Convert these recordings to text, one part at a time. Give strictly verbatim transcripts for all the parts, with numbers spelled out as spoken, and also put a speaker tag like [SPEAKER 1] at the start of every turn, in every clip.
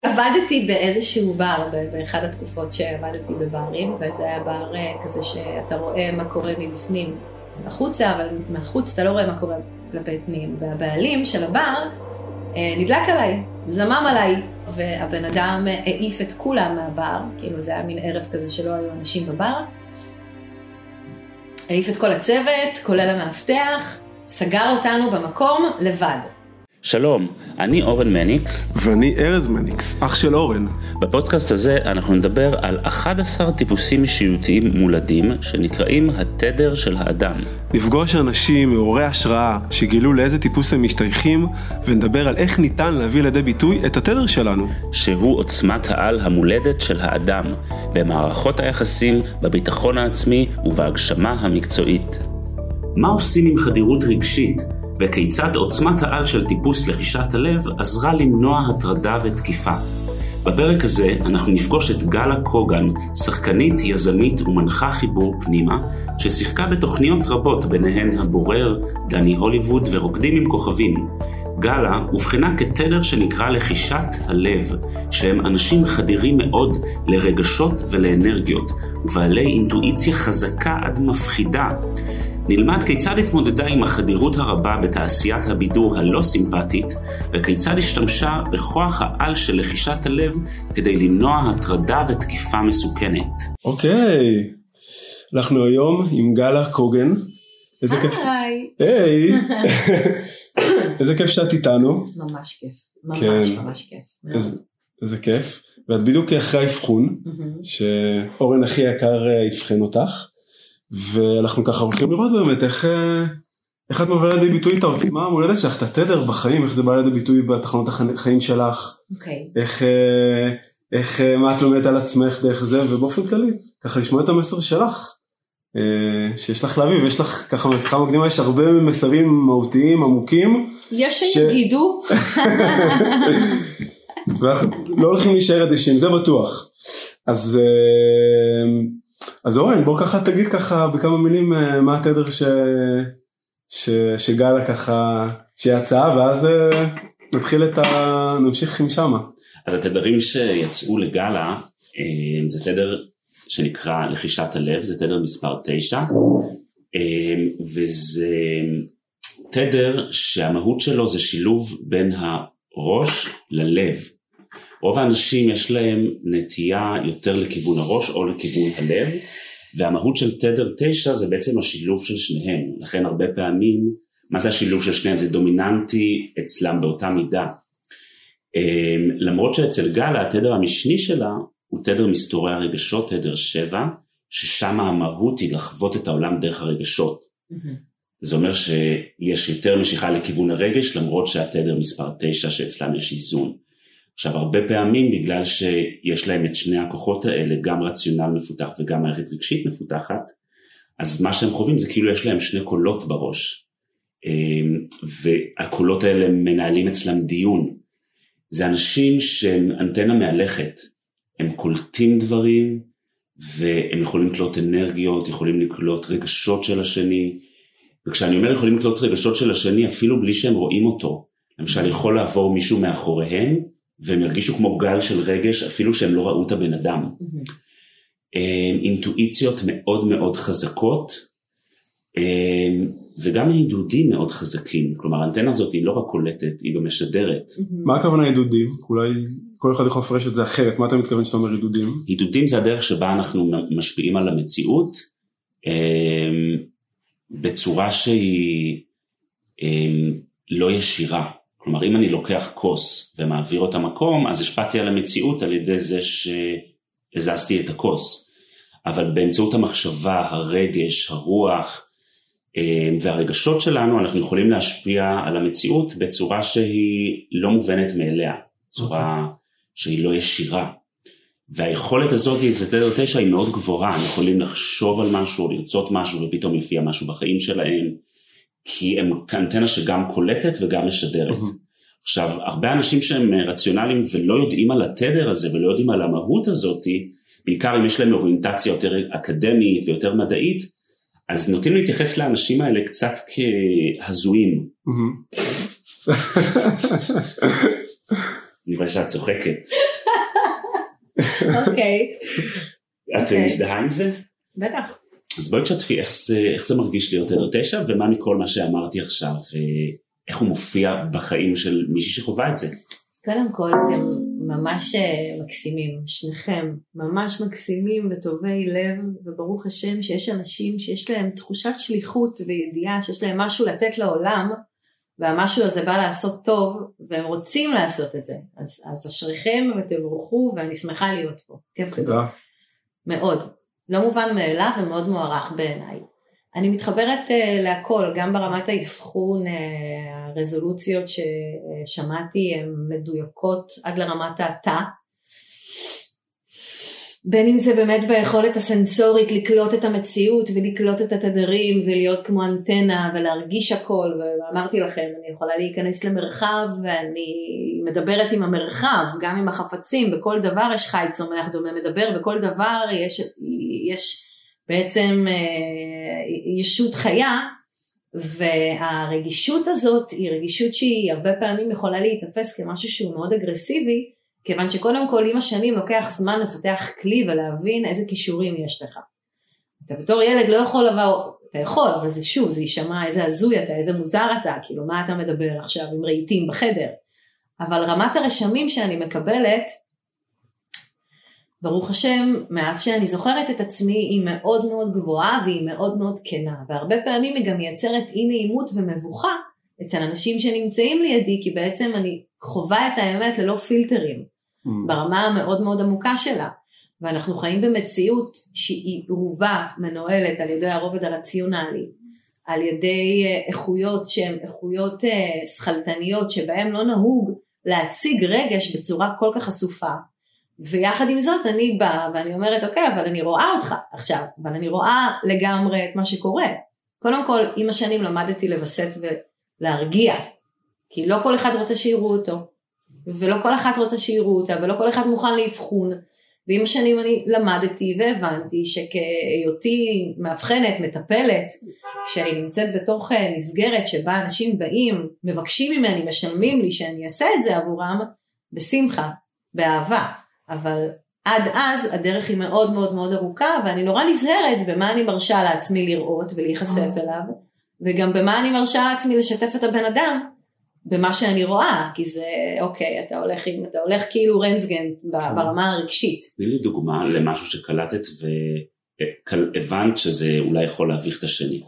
[SPEAKER 1] עבדתי באיזשהו בר, באחד התקופות שעבדתי בברים, וזה היה בר כזה שאתה רואה מה קורה מבפנים החוצה, אבל מהחוץ אתה לא רואה מה קורה כלפי פנים. והבעלים של הבר נדלק עליי, זמם עליי, והבן אדם העיף את כולם מהבר, כאילו זה היה מין ערב כזה שלא היו אנשים בבר, העיף את כל הצוות, כולל המאבטח, סגר אותנו במקום לבד.
[SPEAKER 2] שלום, אני אורן מניקס.
[SPEAKER 3] ואני ארז מניקס, אח של אורן.
[SPEAKER 2] בפודקאסט הזה אנחנו נדבר על אחד עשר טיפוסים אישיותיים מולדים שנקראים התדר של האדם.
[SPEAKER 3] נפגוש אנשים מעוררי השראה שגילו לאיזה טיפוס הם משתייכים, ונדבר על איך ניתן להביא לידי ביטוי את התדר שלנו.
[SPEAKER 2] שהוא עוצמת העל המולדת של האדם, במערכות היחסים, בביטחון העצמי ובהגשמה המקצועית. מה עושים עם חדירות רגשית? וכיצד עוצמת העל של טיפוס לחישת הלב עזרה למנוע הטרדה ותקיפה. בפרק הזה אנחנו נפגוש את גלה קוגן, שחקנית, יזמית ומנחה חיבור פנימה, ששיחקה בתוכניות רבות, ביניהן הבורר, דני הוליווד ורוקדים עם כוכבים. גלה הובחנה כתדר שנקרא לחישת הלב, שהם אנשים חדירים מאוד לרגשות ולאנרגיות, ובעלי אינטואיציה חזקה עד מפחידה. נלמד כיצד התמודדה עם החדירות הרבה בתעשיית הבידור הלא סימפטית, וכיצד השתמשה בכוח העל של לחישת הלב כדי למנוע הטרדה ותקיפה מסוכנת.
[SPEAKER 3] אוקיי, אנחנו היום עם גלה קוגן. איזה כיף.
[SPEAKER 1] היי.
[SPEAKER 3] היי. איזה כיף שאת איתנו.
[SPEAKER 1] ממש כיף. ממש ממש כיף.
[SPEAKER 3] איזה כיף. ואת בדיוק אחרי האבחון, שאורן הכי יקר יבחן אותך. ואנחנו ככה הולכים לראות באמת איך, איך את מובילה לידי ביטוי את העוצמה המולדת שלך, את התדר בחיים, איך זה בא לידי ביטוי בתחנות החיים שלך,
[SPEAKER 1] okay.
[SPEAKER 3] איך, איך, מה את לומדת על עצמך דרך זה, ובאופן כללי, ככה לשמוע את המסר שלך, שיש לך להביא, ויש לך ככה מסכה מקדימה, יש הרבה מסרים מהותיים, עמוקים.
[SPEAKER 1] יש שיגידו.
[SPEAKER 3] ואנחנו לא הולכים להישאר אדישים, זה בטוח. אז... אז אורן, בוא ככה תגיד ככה בכמה מילים מה התדר ש... ש... שגלה ככה שיצאה, ואז נתחיל את ה... נמשיך עם שמה.
[SPEAKER 2] אז התדרים שיצאו לגלה, זה תדר שנקרא לחישת הלב, זה תדר מספר תשע, וזה תדר שהמהות שלו זה שילוב בין הראש ללב. רוב האנשים יש להם נטייה יותר לכיוון הראש או לכיוון הלב, והמהות של תדר תשע זה בעצם השילוב של שניהם. לכן הרבה פעמים, מה זה השילוב של שניהם? זה דומיננטי אצלם באותה מידה. למרות שאצל גלה, התדר המשני שלה הוא תדר מסתורי הרגשות, תדר שבע, ששם המהות היא לחוות את העולם דרך הרגשות. Mm-hmm. זה אומר שיש יותר משיכה לכיוון הרגש, למרות שהתדר מספר תשע שאצלם יש איזון. עכשיו, הרבה פעמים, בגלל שיש להם את שני הכוחות האלה, גם רציונל מפותח וגם מערכת רגשית מפותחת, אז מה שהם חווים זה כאילו יש להם שני קולות בראש, והקולות האלה מנהלים אצלם דיון. זה אנשים שהם אנטנה מהלכת, הם קולטים דברים, והם יכולים לקלוט אנרגיות, יכולים לקלוט רגשות של השני, וכשאני אומר יכולים לקלוט רגשות של השני, אפילו בלי שהם רואים אותו, למשל יכול לעבור מישהו מאחוריהם, והם הרגישו כמו גל של רגש, אפילו שהם לא ראו את הבן אדם. Mm-hmm. אינטואיציות מאוד מאוד חזקות, וגם הידודים מאוד חזקים. כלומר, האנטנה הזאת היא לא רק קולטת, היא גם משדרת.
[SPEAKER 3] Mm-hmm. מה הכוונה הידודים? אולי כל אחד יכול לפרש את זה אחרת. מה אתה מתכוון שאתה אומר הידודים?
[SPEAKER 2] הידודים זה הדרך שבה אנחנו משפיעים על המציאות, בצורה שהיא לא ישירה. כלומר, אם אני לוקח כוס ומעביר אותה מקום, אז השפעתי על המציאות על ידי זה שהזזתי את הכוס. אבל באמצעות המחשבה, הרגש, הרוח והרגשות שלנו, אנחנו יכולים להשפיע על המציאות בצורה שהיא לא מובנת מאליה, צורה שהיא לא ישירה. והיכולת הזאת, זה תדר תשע, היא מאוד גבוהה, הם יכולים לחשוב על משהו, לרצות משהו, ופתאום יופיע משהו בחיים שלהם, כי הם אנטנה שגם קולטת וגם משדרת. עכשיו, הרבה אנשים שהם רציונליים ולא יודעים על התדר הזה, ולא יודעים על המהות הזאת, בעיקר אם יש להם אוריינטציה יותר אקדמית ויותר מדעית, אז נוטים להתייחס לאנשים האלה קצת כהזויים. אני רואה שאת צוחקת.
[SPEAKER 1] אוקיי.
[SPEAKER 2] את מזדהה עם זה?
[SPEAKER 1] בטח.
[SPEAKER 2] אז בואי תשתפי איך זה, איך זה מרגיש להיות עדר תשע, ומה מכל מה שאמרתי עכשיו, איך הוא מופיע בחיים של מישהי שחווה את זה?
[SPEAKER 1] קודם כל, אתם ממש מקסימים, שניכם, ממש מקסימים וטובי לב, וברוך השם שיש אנשים שיש להם תחושת שליחות וידיעה, שיש להם משהו לתת לעולם, והמשהו הזה בא לעשות טוב, והם רוצים לעשות את זה. אז, אז אשריכם ותבורכו, ואני שמחה להיות פה. כיף גדול. מאוד. לא מובן מאליו ומאוד מוערך בעיניי. אני מתחברת uh, להכל, גם ברמת האבחון, uh, הרזולוציות ששמעתי הן מדויקות עד לרמת התא. בין אם זה באמת ביכולת הסנסורית לקלוט את המציאות ולקלוט את התדרים ולהיות כמו אנטנה ולהרגיש הכל, ואמרתי לכם, אני יכולה להיכנס למרחב ואני מדברת עם המרחב, גם עם החפצים, בכל דבר יש חי צומח דומה מדבר, בכל דבר יש, יש בעצם ישות חיה, והרגישות הזאת היא רגישות שהיא הרבה פעמים יכולה להתאפס כמשהו שהוא מאוד אגרסיבי, כיוון שקודם כל עם השנים לוקח זמן לפתח כלי ולהבין איזה כישורים יש לך. אתה בתור ילד לא יכול לבוא, אתה יכול, אבל זה שוב, זה יישמע איזה הזוי אתה, איזה מוזר אתה, כאילו מה אתה מדבר עכשיו עם רהיטים בחדר. אבל רמת הרשמים שאני מקבלת, ברוך השם, מאז שאני זוכרת את עצמי, היא מאוד מאוד גבוהה והיא מאוד מאוד כנה. והרבה פעמים היא גם מייצרת אי נעימות ומבוכה אצל אנשים שנמצאים לידי, כי בעצם אני חווה את האמת ללא פילטרים, mm. ברמה המאוד מאוד עמוקה שלה. ואנחנו חיים במציאות שהיא רובה מנוהלת על ידי הרובד הרציונלי, על ידי איכויות שהן איכויות שכלתניות, שבהן לא נהוג להציג רגש בצורה כל כך חשופה. ויחד עם זאת אני באה ואני אומרת, אוקיי, אבל אני רואה אותך עכשיו, אבל אני רואה לגמרי את מה שקורה. קודם כל, עם השנים למדתי לבסט ולהרגיע, כי לא כל אחד רוצה שיראו אותו, ולא כל אחד רוצה שיראו אותה, ולא כל אחד מוכן לאבחון. ועם השנים אני למדתי והבנתי שכהיותי מאבחנת, מטפלת, כשאני נמצאת בתוך מסגרת שבה אנשים באים, מבקשים ממני, משלמים לי שאני אעשה את זה עבורם, בשמחה, באהבה. אבל עד אז הדרך היא מאוד מאוד מאוד ארוכה, ואני נורא נזהרת במה אני מרשה לעצמי לראות ולהיחשף אליו, וגם במה אני מרשה לעצמי לשתף את הבן אדם, במה שאני רואה, כי זה, אוקיי, אתה הולך, אתה הולך כאילו רנטגן ברמה הרגשית. תני
[SPEAKER 2] לי דוגמה למשהו שקלטת והבנת שזה אולי יכול להביך את השני.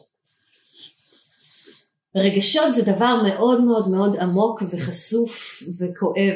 [SPEAKER 1] רגשות זה דבר מאוד מאוד מאוד עמוק וחשוף וכואב,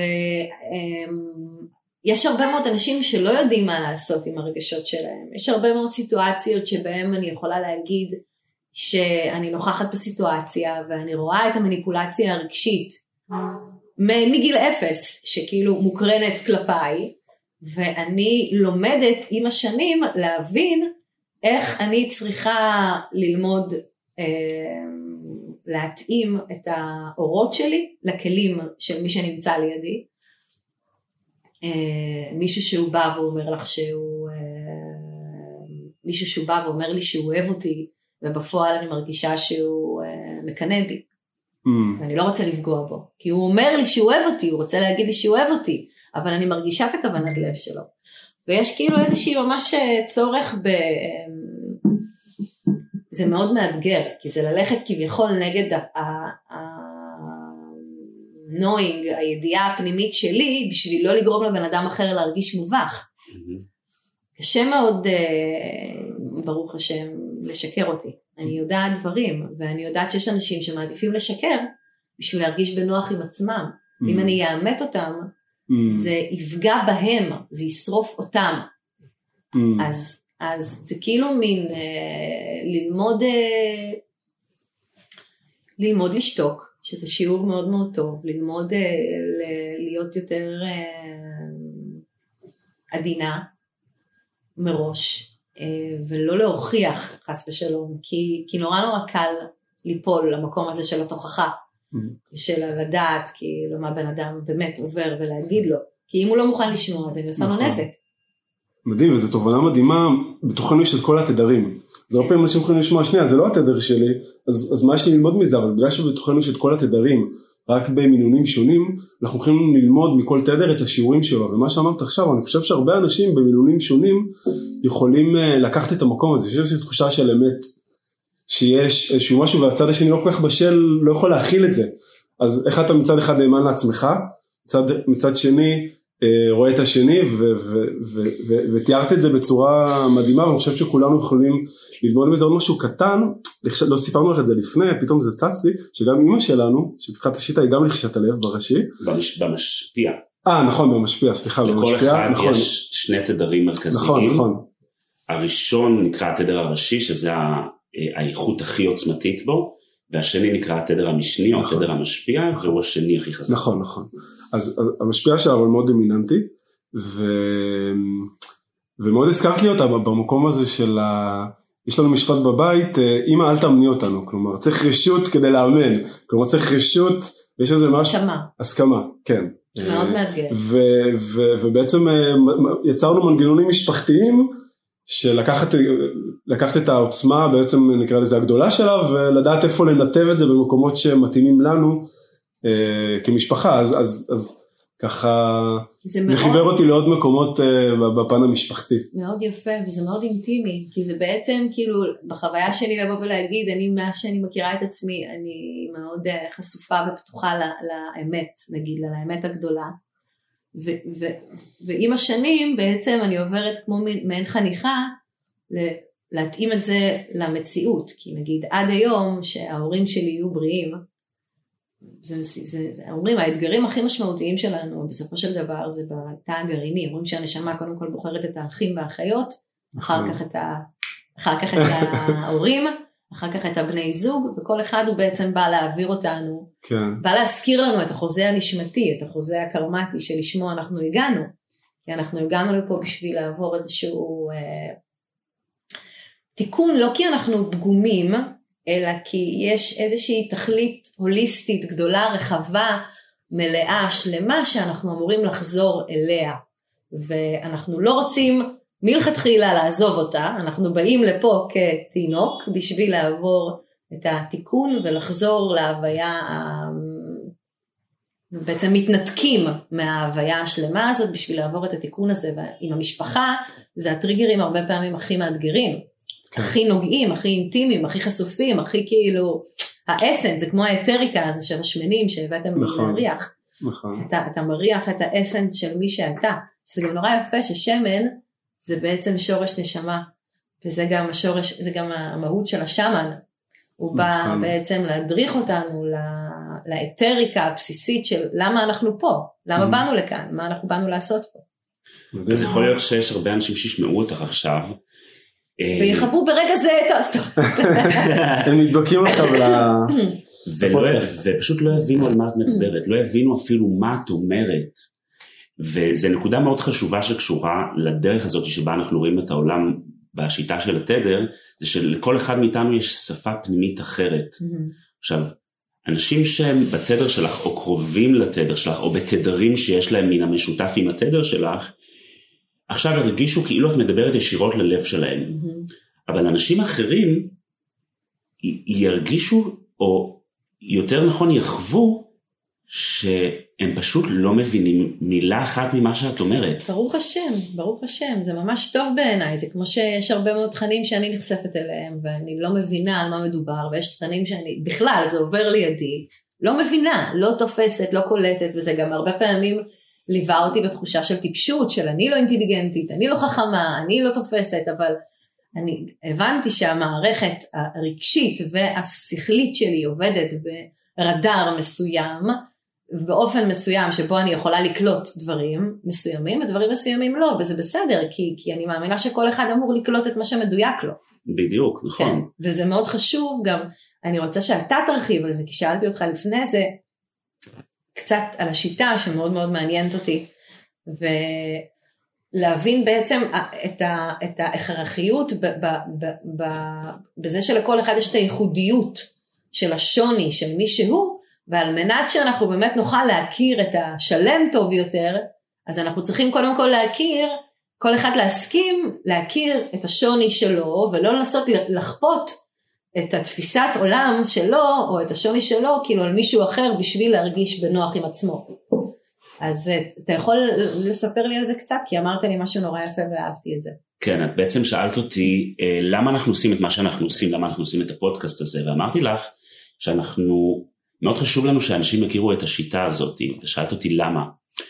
[SPEAKER 1] ויש הרבה מאוד אנשים שלא יודעים מה לעשות עם הרגשות שלהם. יש הרבה מאוד סיטואציות שבהם אני יכולה להגיד, שאני נוכחת בסיטואציה, ואני רואה את המניפולציה הרגשית, מגיל אפס, שכאילו מוקרנת כלפיי, ואני לומדת עם השנים להבין, איך אני צריכה ללמוד, אה, להתאים את האורות שלי, לכלים של מי שנמצא לידי, אה, מישהו שהוא בא ואומר לך שהוא, אה, מישהו שהוא בא ואומר לי שהוא אוהב אותי, ובפועל אני מרגישה שהוא uh, מקנא בי, mm. ואני לא רוצה לפגוע בו, כי הוא אומר לי שהוא אוהב אותי, הוא רוצה להגיד לי שהוא אוהב אותי, אבל אני מרגישה את הכוונת לב שלו, ויש כאילו איזושהי ממש צורך ב... זה מאוד מאתגר, כי זה ללכת כביכול נגד ה-knowing, הידיעה הפנימית שלי, בשביל לא לגרום לבן אדם אחר להרגיש מובך. Mm-hmm. קשה מאוד, ברוך השם, לשקר אותי. אני יודעת דברים, ואני יודעת שיש אנשים שמעדיפים לשקר, בשביל להרגיש בנוח עם עצמם. Mm. אם אני אאמת אותם, mm. זה יפגע בהם, זה ישרוף אותם. Mm. אז, אז זה כאילו מין אה, ללמוד, אה, ללמוד לשתוק, שזה שיעור מאוד מאוד טוב, ללמוד אה, ל- להיות יותר אה, עדינה מראש, ולא להוכיח חס ושלום, כי, כי נורא נורא קל ליפול למקום הזה של התוכחה, mm-hmm. של לדעת כאילו מה בן אדם באמת עובר ולהגיד לו, כי אם הוא לא מוכן לשמוע אז אני עושה לו נזק.
[SPEAKER 3] מדהים, וזו תובנה מדהימה, בתוכנו יש את כל התדרים, זה הרבה פעמים אנשים יכולים לשמוע, שנייה, זה לא התדר שלי, אז, אז מה יש לי ללמוד מזה, אבל בגלל שבתוכנו יש את כל התדרים, רק במינונים שונים, אנחנו יכולים ללמוד מכל תדר את השיעורים שלו, ומה שאמרת עכשיו, אני חושב שהרבה אנשים במינונים שונים, יכולים לקחת את המקום הזה, שיש איזושהי תחושה של אמת, שיש איזשהו משהו, והצד השני לא כל כך בשל, לא יכול להכיל את זה, אז איך אתה מצד אחד נאמן לעצמך, מצד, מצד שני, רואה את השני, ותיארת את זה בצורה מדהימה, ואני חושב שכולנו יכולים ללמוד מזה עוד משהו קטן, לא סיפרנו לך את זה לפני, פתאום זה צץ לי, שגם אמא שלנו, שפתחת השיטה, היא גם לחשת הלב בראשי.
[SPEAKER 2] במשפיע.
[SPEAKER 3] אה, נכון, במשפיע, סליחה, במשפיע.
[SPEAKER 2] לכל אחד יש שני תדרים מרכזיים.
[SPEAKER 3] נכון, נכון.
[SPEAKER 2] הראשון נקרא התדר הראשי, שזה האיכות הכי עוצמתית בו, והשני נקרא התדר המשני, או התדר המשפיע, והוא השני הכי חזק.
[SPEAKER 3] נכון, נכון. אז המשפיע שלנו מאוד דומיננטי, ו... ומאוד הזכרת לי אותה במקום הזה של ה... יש לנו משפט בבית, אמא אל תאמני אותנו, כלומר צריך רשות כדי לאמן, כלומר צריך רשות, ויש איזה משהו...
[SPEAKER 1] הסכמה.
[SPEAKER 3] הסכמה, כן.
[SPEAKER 1] מאוד מאתגר.
[SPEAKER 3] ו- ו- ובעצם יצרנו מנגנונים משפחתיים, שלקחת לקחת את העוצמה, בעצם נקרא לזה הגדולה שלה, ולדעת איפה לנתב את זה במקומות שמתאימים לנו, כמשפחה, אז, אז, אז ככה, זה, זה חיבר אותי לעוד מקומות בפן המשפחתי.
[SPEAKER 1] מאוד יפה, וזה מאוד אינטימי, כי זה בעצם כאילו, בחוויה שלי לבוא ולהגיד, אני מה שאני מכירה את עצמי, אני מאוד חשופה ופתוחה לאמת, נגיד, לאמת הגדולה, ו, ו, ועם השנים בעצם אני עוברת כמו מעין חניכה, להתאים את זה למציאות, כי נגיד עד היום שההורים שלי יהיו בריאים, זה, זה, זה, אומרים, האתגרים הכי משמעותיים שלנו, בסופו של דבר, זה בתא הגרעיני, אומרים שהנשמה קודם כל בוחרת את האחים והאחיות, אחר כך את, ה, אחר כך את ההורים, אחר כך את הבני זוג, וכל אחד הוא בעצם בא להעביר אותנו,
[SPEAKER 3] כן.
[SPEAKER 1] בא להזכיר לנו את החוזה הנשמתי, את החוזה הקרמטי שלשמו אנחנו הגענו, כי אנחנו הגענו לפה בשביל לעבור איזשהו אה, תיקון, לא כי אנחנו פגומים, אלא כי יש איזושהי תכלית הוליסטית גדולה, רחבה, מלאה, שלמה, שאנחנו אמורים לחזור אליה, ואנחנו לא רוצים מלכתחילה לעזוב אותה, אנחנו באים לפה כתינוק, בשביל לעבור את התיקון, ולחזור להוויה, בעצם מתנתקים מההוויה השלמה הזאת, בשביל לעבור את התיקון הזה, ועם המשפחה, זה הטריגרים הרבה פעמים הכי מאתגרים, כן. הכי נוגעים, הכי אינטימיים, הכי חשופים, הכי כאילו, האסנס, זה כמו האתריקה הזה של השמנים שהבאתם
[SPEAKER 3] נכון,
[SPEAKER 1] להריח.
[SPEAKER 3] נכון.
[SPEAKER 1] אתה, אתה מריח את האסנס של מי שאתה. זה גם נורא יפה ששמן, זה בעצם שורש נשמה, וזה גם השורש, זה גם המהות של השמן. הוא בא נכון. בעצם להדריך אותנו לאתריקה הבסיסית של למה אנחנו פה, למה mm. באנו לכאן, מה אנחנו באנו לעשות פה.
[SPEAKER 2] אז יכול להיות שיש הרבה אנשים שישמעו אותך עכשיו,
[SPEAKER 1] ויחברו ברגע זה את הסטוס.
[SPEAKER 3] הם מתבקים עכשיו
[SPEAKER 2] ופשוט לא יבינו על מה את מדברת, לא יבינו אפילו מה את אומרת, וזו נקודה מאוד חשובה שקשורה לדרך הזאת שבה אנחנו רואים את העולם בשיטה של התדר, זה שלכל אחד מאיתנו יש שפה פנימית אחרת. עכשיו, אנשים שהם בתדר שלך או קרובים לתדר שלך, או בתדרים שיש להם מן המשותף עם התדר שלך, עכשיו הרגישו כאילו את מדברת ישירות ללב שלהם. Mm-hmm. אבל אנשים אחרים י- ירגישו, או יותר נכון יחוו, שהם פשוט לא מבינים מילה אחת ממה שאת אומרת.
[SPEAKER 1] ברוך השם, ברוך השם, זה ממש טוב בעיניי, זה כמו שיש הרבה מאוד תכנים שאני נחשפת אליהם, ואני לא מבינה על מה מדובר, ויש תכנים שאני, בכלל זה עובר לידי, לא מבינה, לא תופסת, לא קולטת, וזה גם הרבה פעמים, ליווה אותי בתחושה של טיפשות, של אני לא אינטליגנטית, אני לא חכמה, אני לא תופסת, אבל אני הבנתי שהמערכת הרגשית והשכלית שלי עובדת ברדאר מסוים, באופן מסוים שבו אני יכולה לקלוט דברים מסוימים, ודברים מסוימים לא, וזה בסדר, כי, כי אני מאמינה שכל אחד אמור לקלוט את מה שמדויק לו.
[SPEAKER 2] בדיוק, נכון.
[SPEAKER 1] כן, וזה מאוד חשוב גם, אני רוצה שאתה תרחיב על זה, כי שאלתי אותך לפני זה, קצת על השיטה שמאוד מאוד מעניינת אותי, ולהבין בעצם את, ה, את ההכרחיות ב, ב, ב, ב, בזה שלכל אחד יש את הייחודיות של השוני של מי שהוא, ועל מנת שאנחנו באמת נוכל להכיר את השלם טוב יותר, אז אנחנו צריכים קודם כל להכיר, כל אחד להסכים להכיר את השוני שלו, ולא לנסות לחפות את התפיסת עולם שלו, או את השוני שלו, כאילו על מישהו אחר, בשביל להרגיש בנוח עם עצמו. אז אתה יכול לספר לי על זה קצת, כי אמרת לי משהו נורא יפה ואהבתי את זה.
[SPEAKER 2] כן, את בעצם שאלת אותי, למה אנחנו עושים את מה שאנחנו עושים, למה אנחנו עושים את הפודקאסט הזה, ואמרתי לך, שאנחנו, מאוד חשוב לנו שאנשים יכירו את השיטה הזאת, ושאלת אותי למה.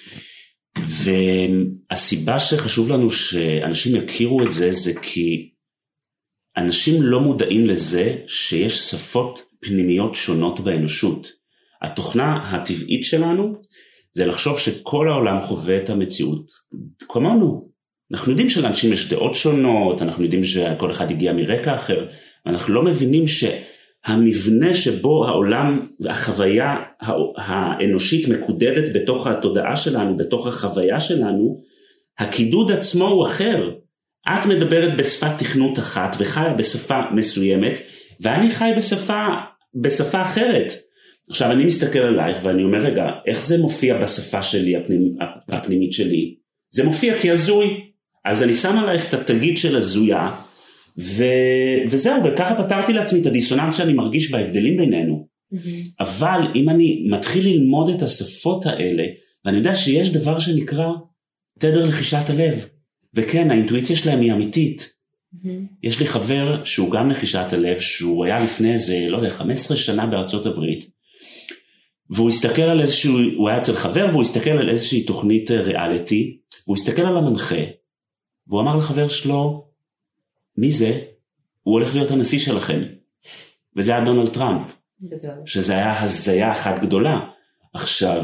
[SPEAKER 2] והסיבה שחשוב לנו שאנשים יכירו את זה, זה כי אנשים לא מודעים לזה שיש שפות פנימיות שונות באנושות. התוכנה הטבעית שלנו זה לחשוב שכל העולם חווה את המציאות כמונו. אנחנו יודעים שלאנשים יש דעות שונות, אנחנו יודעים שכל אחד הגיע מרקע אחר, ואנחנו לא מבינים שהמבנה שבו העולם והחוויה האנושית מקודדת בתוך התודעה שלנו, בתוך החוויה שלנו, הקידוד עצמו הוא אחר. את מדברת בשפת תכנות אחת וחיה בשפה מסוימת, ואני חי בשפה, בשפה אחרת. עכשיו אני מסתכל עלייך ואני אומר, רגע, איך זה מופיע בשפה שלי, הפנימ, הפנימית שלי? זה מופיע כהזוי. אז אני שם עלייך את התגיד של הזויה, ו... וזהו, וככה פתרתי לעצמי את הדיסוננס שאני מרגיש בהבדלים בינינו. Mm-hmm. אבל אם אני מתחיל ללמוד את השפות האלה, ואני יודע שיש דבר שנקרא תדר לחישת הלב, וכן, האינטואיציה שלהם היא אמיתית. Mm-hmm. יש לי חבר שהוא גם לחישת הלב, שהוא היה לפני איזה, לא יודע, חמש עשרה שנה בארצות הברית, והוא הסתכל על איזשהו, הוא היה אצל חבר, והוא הסתכל על איזושהי תוכנית ריאליטי, והוא הסתכל על המנחה, והוא אמר לחבר שלו, מי זה? הוא הולך להיות הנשיא שלכם. וזה היה דונלד טראמפ. גדול. שזה היה הזיה אחת גדולה. עכשיו,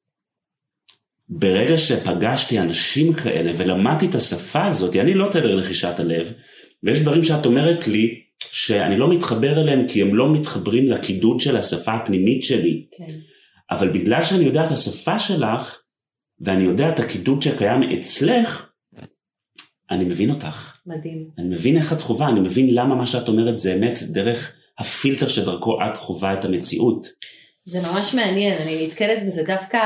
[SPEAKER 2] ברגע שפגשתי אנשים כאלה, ולמדתי את השפה הזאת, אני לא תדר לחישת הלב, ויש דברים שאת אומרת לי, שאני לא מתחבר אליהם, כי הם לא מתחברים לקידוד של השפה הפנימית שלי. כן. אבל בגלל שאני יודע את השפה שלך, ואני יודע את הקידוד שקיים אצלך, אני מבין אותך.
[SPEAKER 1] מדהים.
[SPEAKER 2] אני מבין איך את חובה, אני מבין למה מה שאת אומרת זה אמת, דרך הפילטר שדרכו את חובה את המציאות.
[SPEAKER 1] זה ממש מעניין, אני נתקלת בזה דווקא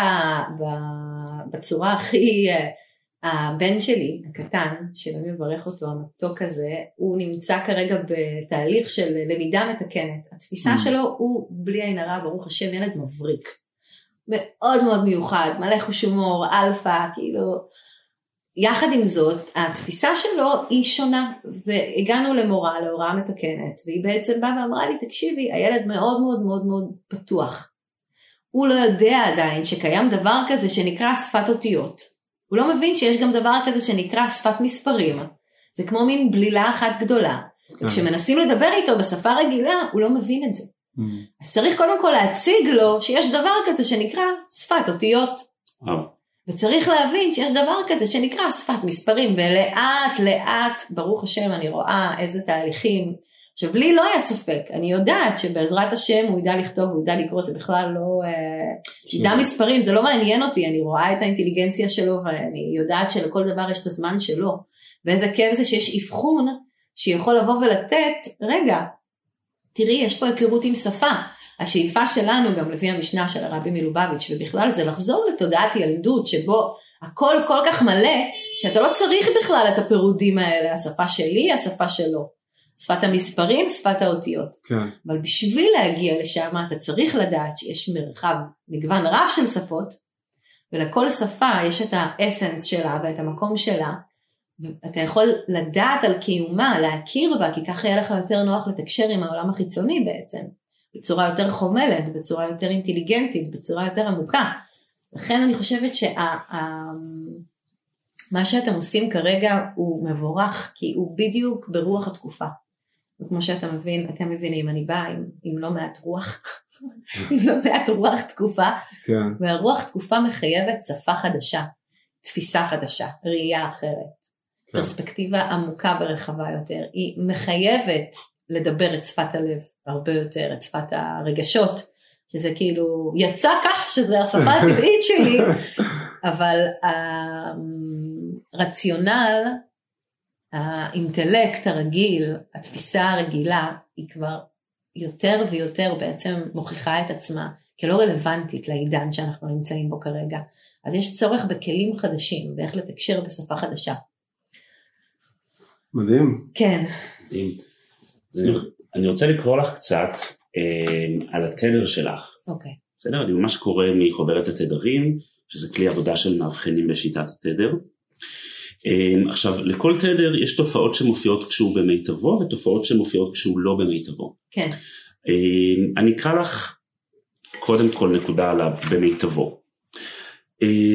[SPEAKER 1] בצורה הכי, הבן שלי, הקטן, שאני מברך אותו, המתוק הזה, הוא נמצא כרגע בתהליך של למידה מתקנת. התפיסה שלו הוא בלי עין הרע, ברוך השם, ילד מבריק. מאוד מאוד מיוחד, מלא חוש הומור, אלפא, כאילו... יחד עם זאת, התפיסה שלו היא שונה, והגענו למורה, להוראה מתקנת, והיא בעצם באה ואמרה לי, תקשיבי, הילד מאוד מאוד מאוד מאוד פתוח. הוא לא יודע עדיין שקיים דבר כזה שנקרא שפת אותיות. הוא לא מבין שיש גם דבר כזה שנקרא שפת מספרים. זה כמו מין בלילה אחת גדולה. וכשמנסים לדבר איתו בשפה רגילה, הוא לא מבין את זה. אז צריך קודם כל להציג לו שיש דבר כזה שנקרא שפת אותיות. וצריך להבין שיש דבר כזה שנקרא שפת מספרים, ולאט לאט, ברוך השם, אני רואה איזה תהליכים, עכשיו לי לא היה ספק, אני יודעת שבעזרת השם הוא ידע לכתוב, הוא ידע לקרוא, זה בכלל לא, ידע מספרים, זה לא מעניין אותי, אני רואה את האינטליגנציה שלו, ואני יודעת שלכל דבר יש את הזמן שלו, ואיזה כיף זה שיש אבחון, שיכול לבוא ולתת, רגע, תראי, יש פה הכירות עם שפה, השאיפה שלנו גם לפי המשנה של הרבי מלובביץ' ובכלל זה לחזור לתודעת ילדות שבו הכל כל כך מלא שאתה לא צריך בכלל את הפירודים האלה, השפה שלי, השפה שלו, שפת המספרים, שפת האותיות. כן. אבל בשביל להגיע לשם אתה צריך לדעת שיש מרחב, מגוון רב של שפות, ולכל שפה יש את האסנס שלה ואת המקום שלה, ואתה יכול לדעת על קיומה, להכיר בה, כי ככה יהיה לך יותר נוח לתקשר עם העולם החיצוני בעצם. בצורה יותר חומלת, בצורה יותר אינטליגנטית, בצורה יותר עמוקה. לכן אני חושבת שמה שאתם עושים כרגע הוא מבורך, כי הוא בדיוק ברוח התקופה. וכמו שאתה מבין, אתם מבינים, אני באה עם, עם לא מעט רוח, עם לא מעט רוח תקופה, כן. והרוח תקופה מחייבת שפה חדשה, תפיסה חדשה, ראייה אחרת, כן. פרספקטיבה עמוקה ורחבה יותר, היא מחייבת לדבר את שפת הלב, הרבה יותר את שפת הרגשות, שזה כאילו יצא כך שזה השפה הטבעית שלי, אבל הרציונל, האינטלקט הרגיל, התפיסה הרגילה, היא כבר יותר ויותר בעצם מוכיחה את עצמה, כלא רלוונטית לעידן שאנחנו נמצאים בו כרגע. אז יש צורך בכלים חדשים, ואיך לתקשר בשפה חדשה.
[SPEAKER 3] מדהים.
[SPEAKER 1] כן.
[SPEAKER 2] מדהים. אני רוצה לקרוא לך קצת אה, על התדר שלך.
[SPEAKER 1] אוקיי.
[SPEAKER 2] בסדר? אני ממש קורא מחוברת התדרים, שזה כלי עבודה של מאבחנים בשיטת התדר. אה, עכשיו, לכל תדר יש תופעות שמופיעות כשהוא במיטבו, ותופעות שמופיעות כשהוא לא במיטבו.
[SPEAKER 1] כן.
[SPEAKER 2] אה, אני אקרא לך קודם כל נקודה על במיטבו. אה,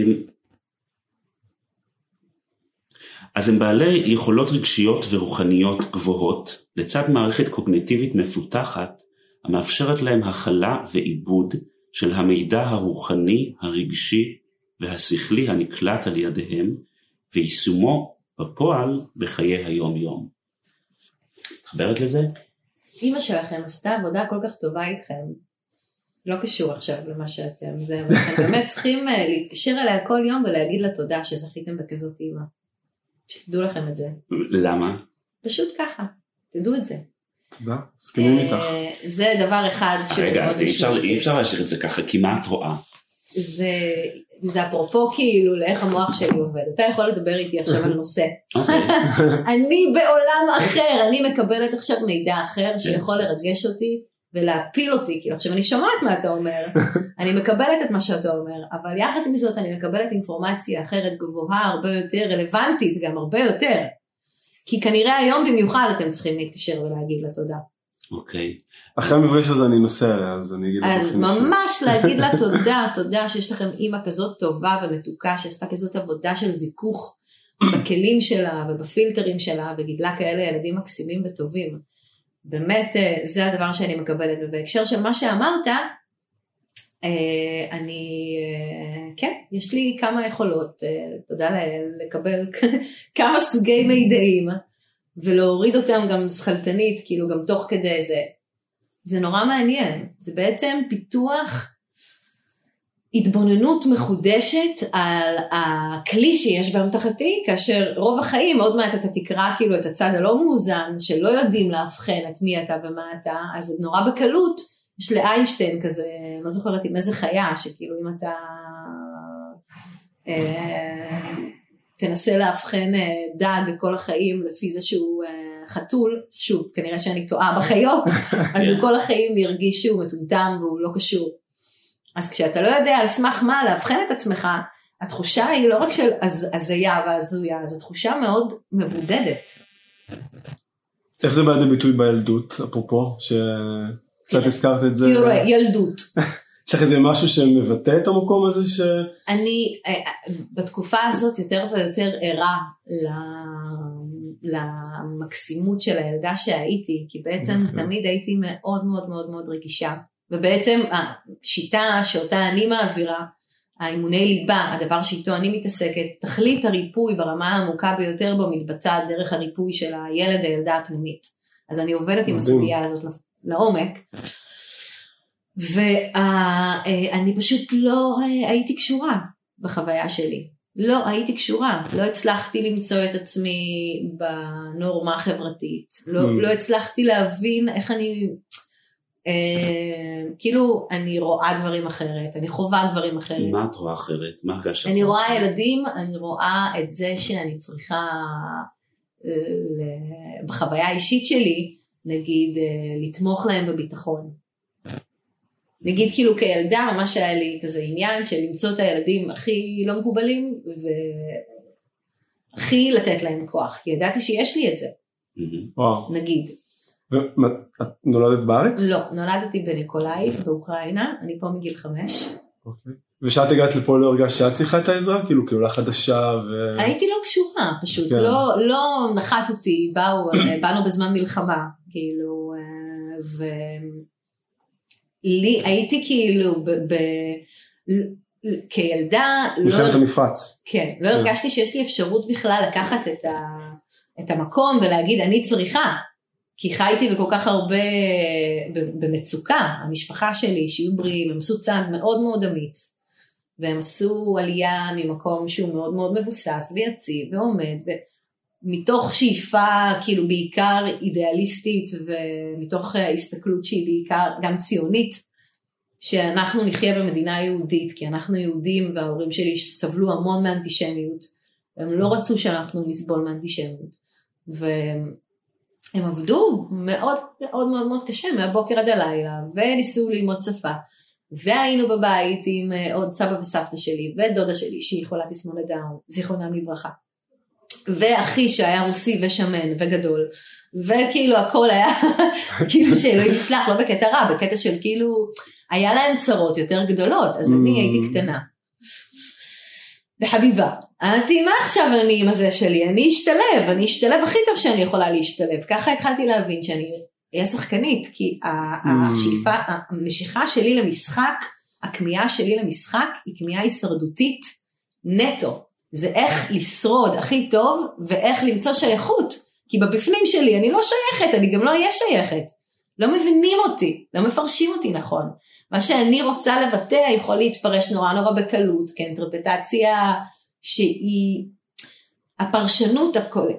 [SPEAKER 2] אז הם בעלי יכולות רגשיות ורוחניות גבוהות, לצד מערכת קוגניטיבית מפותחת, המאפשרת להם הכלה ועיבוד של המידע הרוחני, הרגשי והשכלי הנקלט על ידיהם, ויישומו בפועל בחיי היום-יום. מתחברת לזה?
[SPEAKER 1] אמא שלכם עשתה עבודה כל כך טובה איתכם, לא קשור עכשיו למה שאתם, זה, אתם באמת צריכים להתקשר אליה כל יום ולהגיד לה תודה שזכיתם בכזאת אמא. שתדעו לכם את זה.
[SPEAKER 2] למה?
[SPEAKER 1] פשוט ככה, תדעו את זה.
[SPEAKER 3] תודה, סכימים איתך.
[SPEAKER 1] זה דבר אחד שהוא
[SPEAKER 2] רגע,
[SPEAKER 1] מאוד משמעותי.
[SPEAKER 2] אי אפשר להשאיר את זה ככה, כי מה את רואה?
[SPEAKER 1] זה, זה אפרופו כאילו לאיך המוח שלי עובד. אתה יכול לדבר איתי עכשיו על נושא. אני בעולם אחר, אני מקבלת עכשיו מידע אחר שיכול לרגש אותי ולהפיל אותי. כאילו עכשיו אני שומעת מה אתה אומר, אני מקבלת את מה שאתה אומר, אבל יחד עם זאת אני מקבלת אינפורמציה אחרת גבוהה, הרבה יותר רלוונטית, גם הרבה יותר. כי כנראה היום במיוחד אתם צריכים להתקשר ולהגיד לה תודה.
[SPEAKER 2] אוקיי.
[SPEAKER 3] אחרי המפגש הזה אני נוסע אליה, אז אני אגיד לה.
[SPEAKER 1] אז ממש להגיד לה תודה, תודה שיש לכם אימא כזאת טובה ומתוקה, שעשתה כזאת עבודה של זיכוך בכלים שלה ובפילטרים שלה, וגידלה כאלה ילדים מקסימים וטובים. באמת זה הדבר שאני מקבלת, ובהקשר של מה שאמרת, אני, כן, יש לי כמה יכולות, תודה לקבל כמה סוגי מידעים, ולהוריד אותם גם שכלתנית, כאילו גם תוך כדי זה. זה נורא מעניין, זה בעצם פיתוח התבוננות מחודשת על הכלי שיש באמתחתי, כאשר רוב החיים, עוד מעט אתה תקרא כאילו את הצד הלא מאוזן, שלא יודעים להבחן את מי אתה ומה אתה, אז נורא בקלות, יש לאיינשטיין כזה, לא זוכרת עם איזה חיה, שכאילו אם אתה אה, תנסה להבחן דג כל החיים לפי זה שהוא אה, חתול, שוב, כנראה שאני טועה בחיות, אז הוא כל החיים ירגיש שהוא מטומטם והוא לא קשור. אז כשאתה לא יודע על סמך מה להבחן את עצמך, התחושה היא לא רק של הזיה והזויה, זו תחושה מאוד מבודדת.
[SPEAKER 3] איך זה בא לביטוי בילדות, אפרופו, שקצת הזכרת את זה?
[SPEAKER 1] תראה, ילדות.
[SPEAKER 3] יש לך איזה משהו שמבטא את המקום הזה ש...
[SPEAKER 1] אני בתקופה הזאת יותר ויותר ערה למקסימות של הילדה שהייתי, כי בעצם תמיד הייתי מאוד מאוד מאוד מאוד רגישה. ובעצם השיטה שאותה אני מעבירה, האימוני ליבה, הדבר שאיתו אני מתעסקת, תכלית הריפוי ברמה העמוקה ביותר בו מתבצעת דרך הריפוי של הילד, הילדה הפנימית. אז אני עובדת עם הסוגיה הזאת לעומק, ואני פשוט לא הייתי קשורה בחוויה שלי. לא הייתי קשורה, לא הצלחתי למצוא את עצמי בנורמה החברתית, לא, לא הצלחתי להבין איך אני... כאילו אני רואה דברים אחרת, אני חווה דברים אחרת.
[SPEAKER 2] מה את רואה אחרת? מה הרגשת?
[SPEAKER 1] אני רואה ילדים, אני רואה את זה שאני צריכה בחוויה האישית שלי, נגיד לתמוך להם בביטחון. נגיד כאילו כילדה ממש היה לי כזה עניין של למצוא את הילדים הכי לא מקובלים והכי לתת להם כוח, כי ידעתי שיש לי את זה. נגיד.
[SPEAKER 3] ואת נולדת בארץ?
[SPEAKER 1] לא, נולדתי בניקולאייב באוקראינה, אני פה מגיל חמש.
[SPEAKER 3] אוקיי. ושאת הגעת לפה לא הרגשת שאת צריכה את העזרה? כאילו כעולה חדשה ו...
[SPEAKER 1] הייתי לא קשורה, פשוט לא, לא נחתתי, באו, באנו בזמן מלחמה, כאילו, ולי הייתי כאילו ב... ב... כילדה,
[SPEAKER 3] מלחמת המפרץ.
[SPEAKER 1] כן, לא הרגשתי שיש לי אפשרות בכלל לקחת את, ה... את המקום ולהגיד אני צריכה, כי חייתי בכל כך הרבה במצוקה, המשפחה שלי, שיהיו בריאים, הם עשו צעד מאוד מאוד אמיץ, והם עשו עלייה ממקום שהוא מאוד מאוד מבוסס ויציב ועומד, ומתוך שאיפה כאילו בעיקר אידיאליסטית, ומתוך הסתכלות שהיא בעיקר גם ציונית, שאנחנו נחיה במדינה יהודית, כי אנחנו יהודים וההורים שלי סבלו המון מאנטישמיות, והם לא רצו שאנחנו נסבול מאנטישמיות, ו... הם עבדו מאוד מאוד מאוד מאוד קשה, מהבוקר עד הלילה, וניסו ללמוד שפה, והיינו בבית עם עוד סבא וסבתא שלי, ודודה שלי שהיא יכולה תסמונת דאון, זיכרונם לברכה, ואחי שהיה רוסי ושמן וגדול, וכאילו הכל היה, כאילו שאלוהים יסלח, לא בקטע רע, בקטע של כאילו, היה להם צרות יותר גדולות, אז אני הייתי קטנה. וחביבה, אמרתי, מה עכשיו אני עם הזה שלי? אני אשתלב, אני אשתלב הכי טוב שאני יכולה להשתלב. ככה התחלתי להבין שאני אהיה שחקנית, כי השאיפה, המשיכה שלי למשחק, הכמיהה שלי למשחק, היא כמיהה הישרדותית נטו. זה איך לשרוד הכי טוב, ואיך למצוא שייכות. כי בבפנים שלי אני לא שייכת, אני גם לא אהיה שייכת. לא מבינים אותי, לא מפרשים אותי נכון. מה שאני רוצה לבטא יכול להתפרש נורא נורא בקלות, כאינטרפטציה שהיא הפרשנות הכל,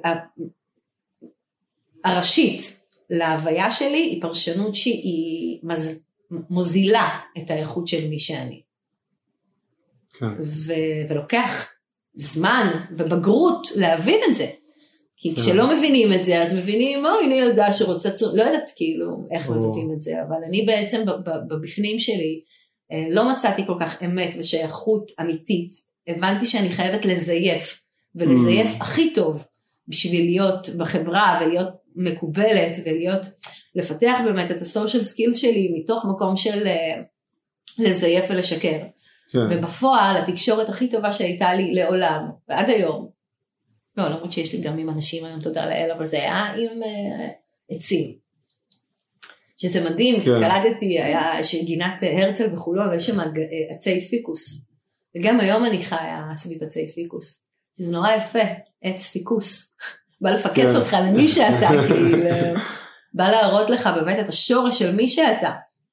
[SPEAKER 1] הראשית להוויה שלי, היא פרשנות שהיא מז, מוזילה את האיכות של מי שאני.
[SPEAKER 3] כן.
[SPEAKER 1] ו, ולוקח זמן ובגרות להבין את זה. כי כשלא מבינים את זה, אז מבינים, או, הנה ילדה שרוצה, לא יודעת כאילו איך מבטאים את זה, אבל אני בעצם בבפנים שלי, לא מצאתי כל כך אמת ושייכות אמיתית, הבנתי שאני חייבת לזייף, ולזייף הכי טוב, בשביל להיות בחברה, ולהיות מקובלת, ולהיות, לפתח באמת את הסושיאל סקיל שלי, מתוך מקום של לזייף ולשקר. ובפועל, התקשורת הכי טובה שהייתה לי לעולם, ועד היום, לא, למרות שיש לי גם עם אנשים היום, תודה לאל, אבל זה היה עם uh, עצים. שזה מדהים, כן. כי קלטתי, היה שגינת הרצל בחולון, ויש שם עצי פיקוס. וגם היום אני חיה סביב עצי פיקוס. שזה נורא יפה, עץ פיקוס. בא לפקס כן. אותך למי שאתה, כאילו, בא להראות לך באמת את השורש של מי שאתה.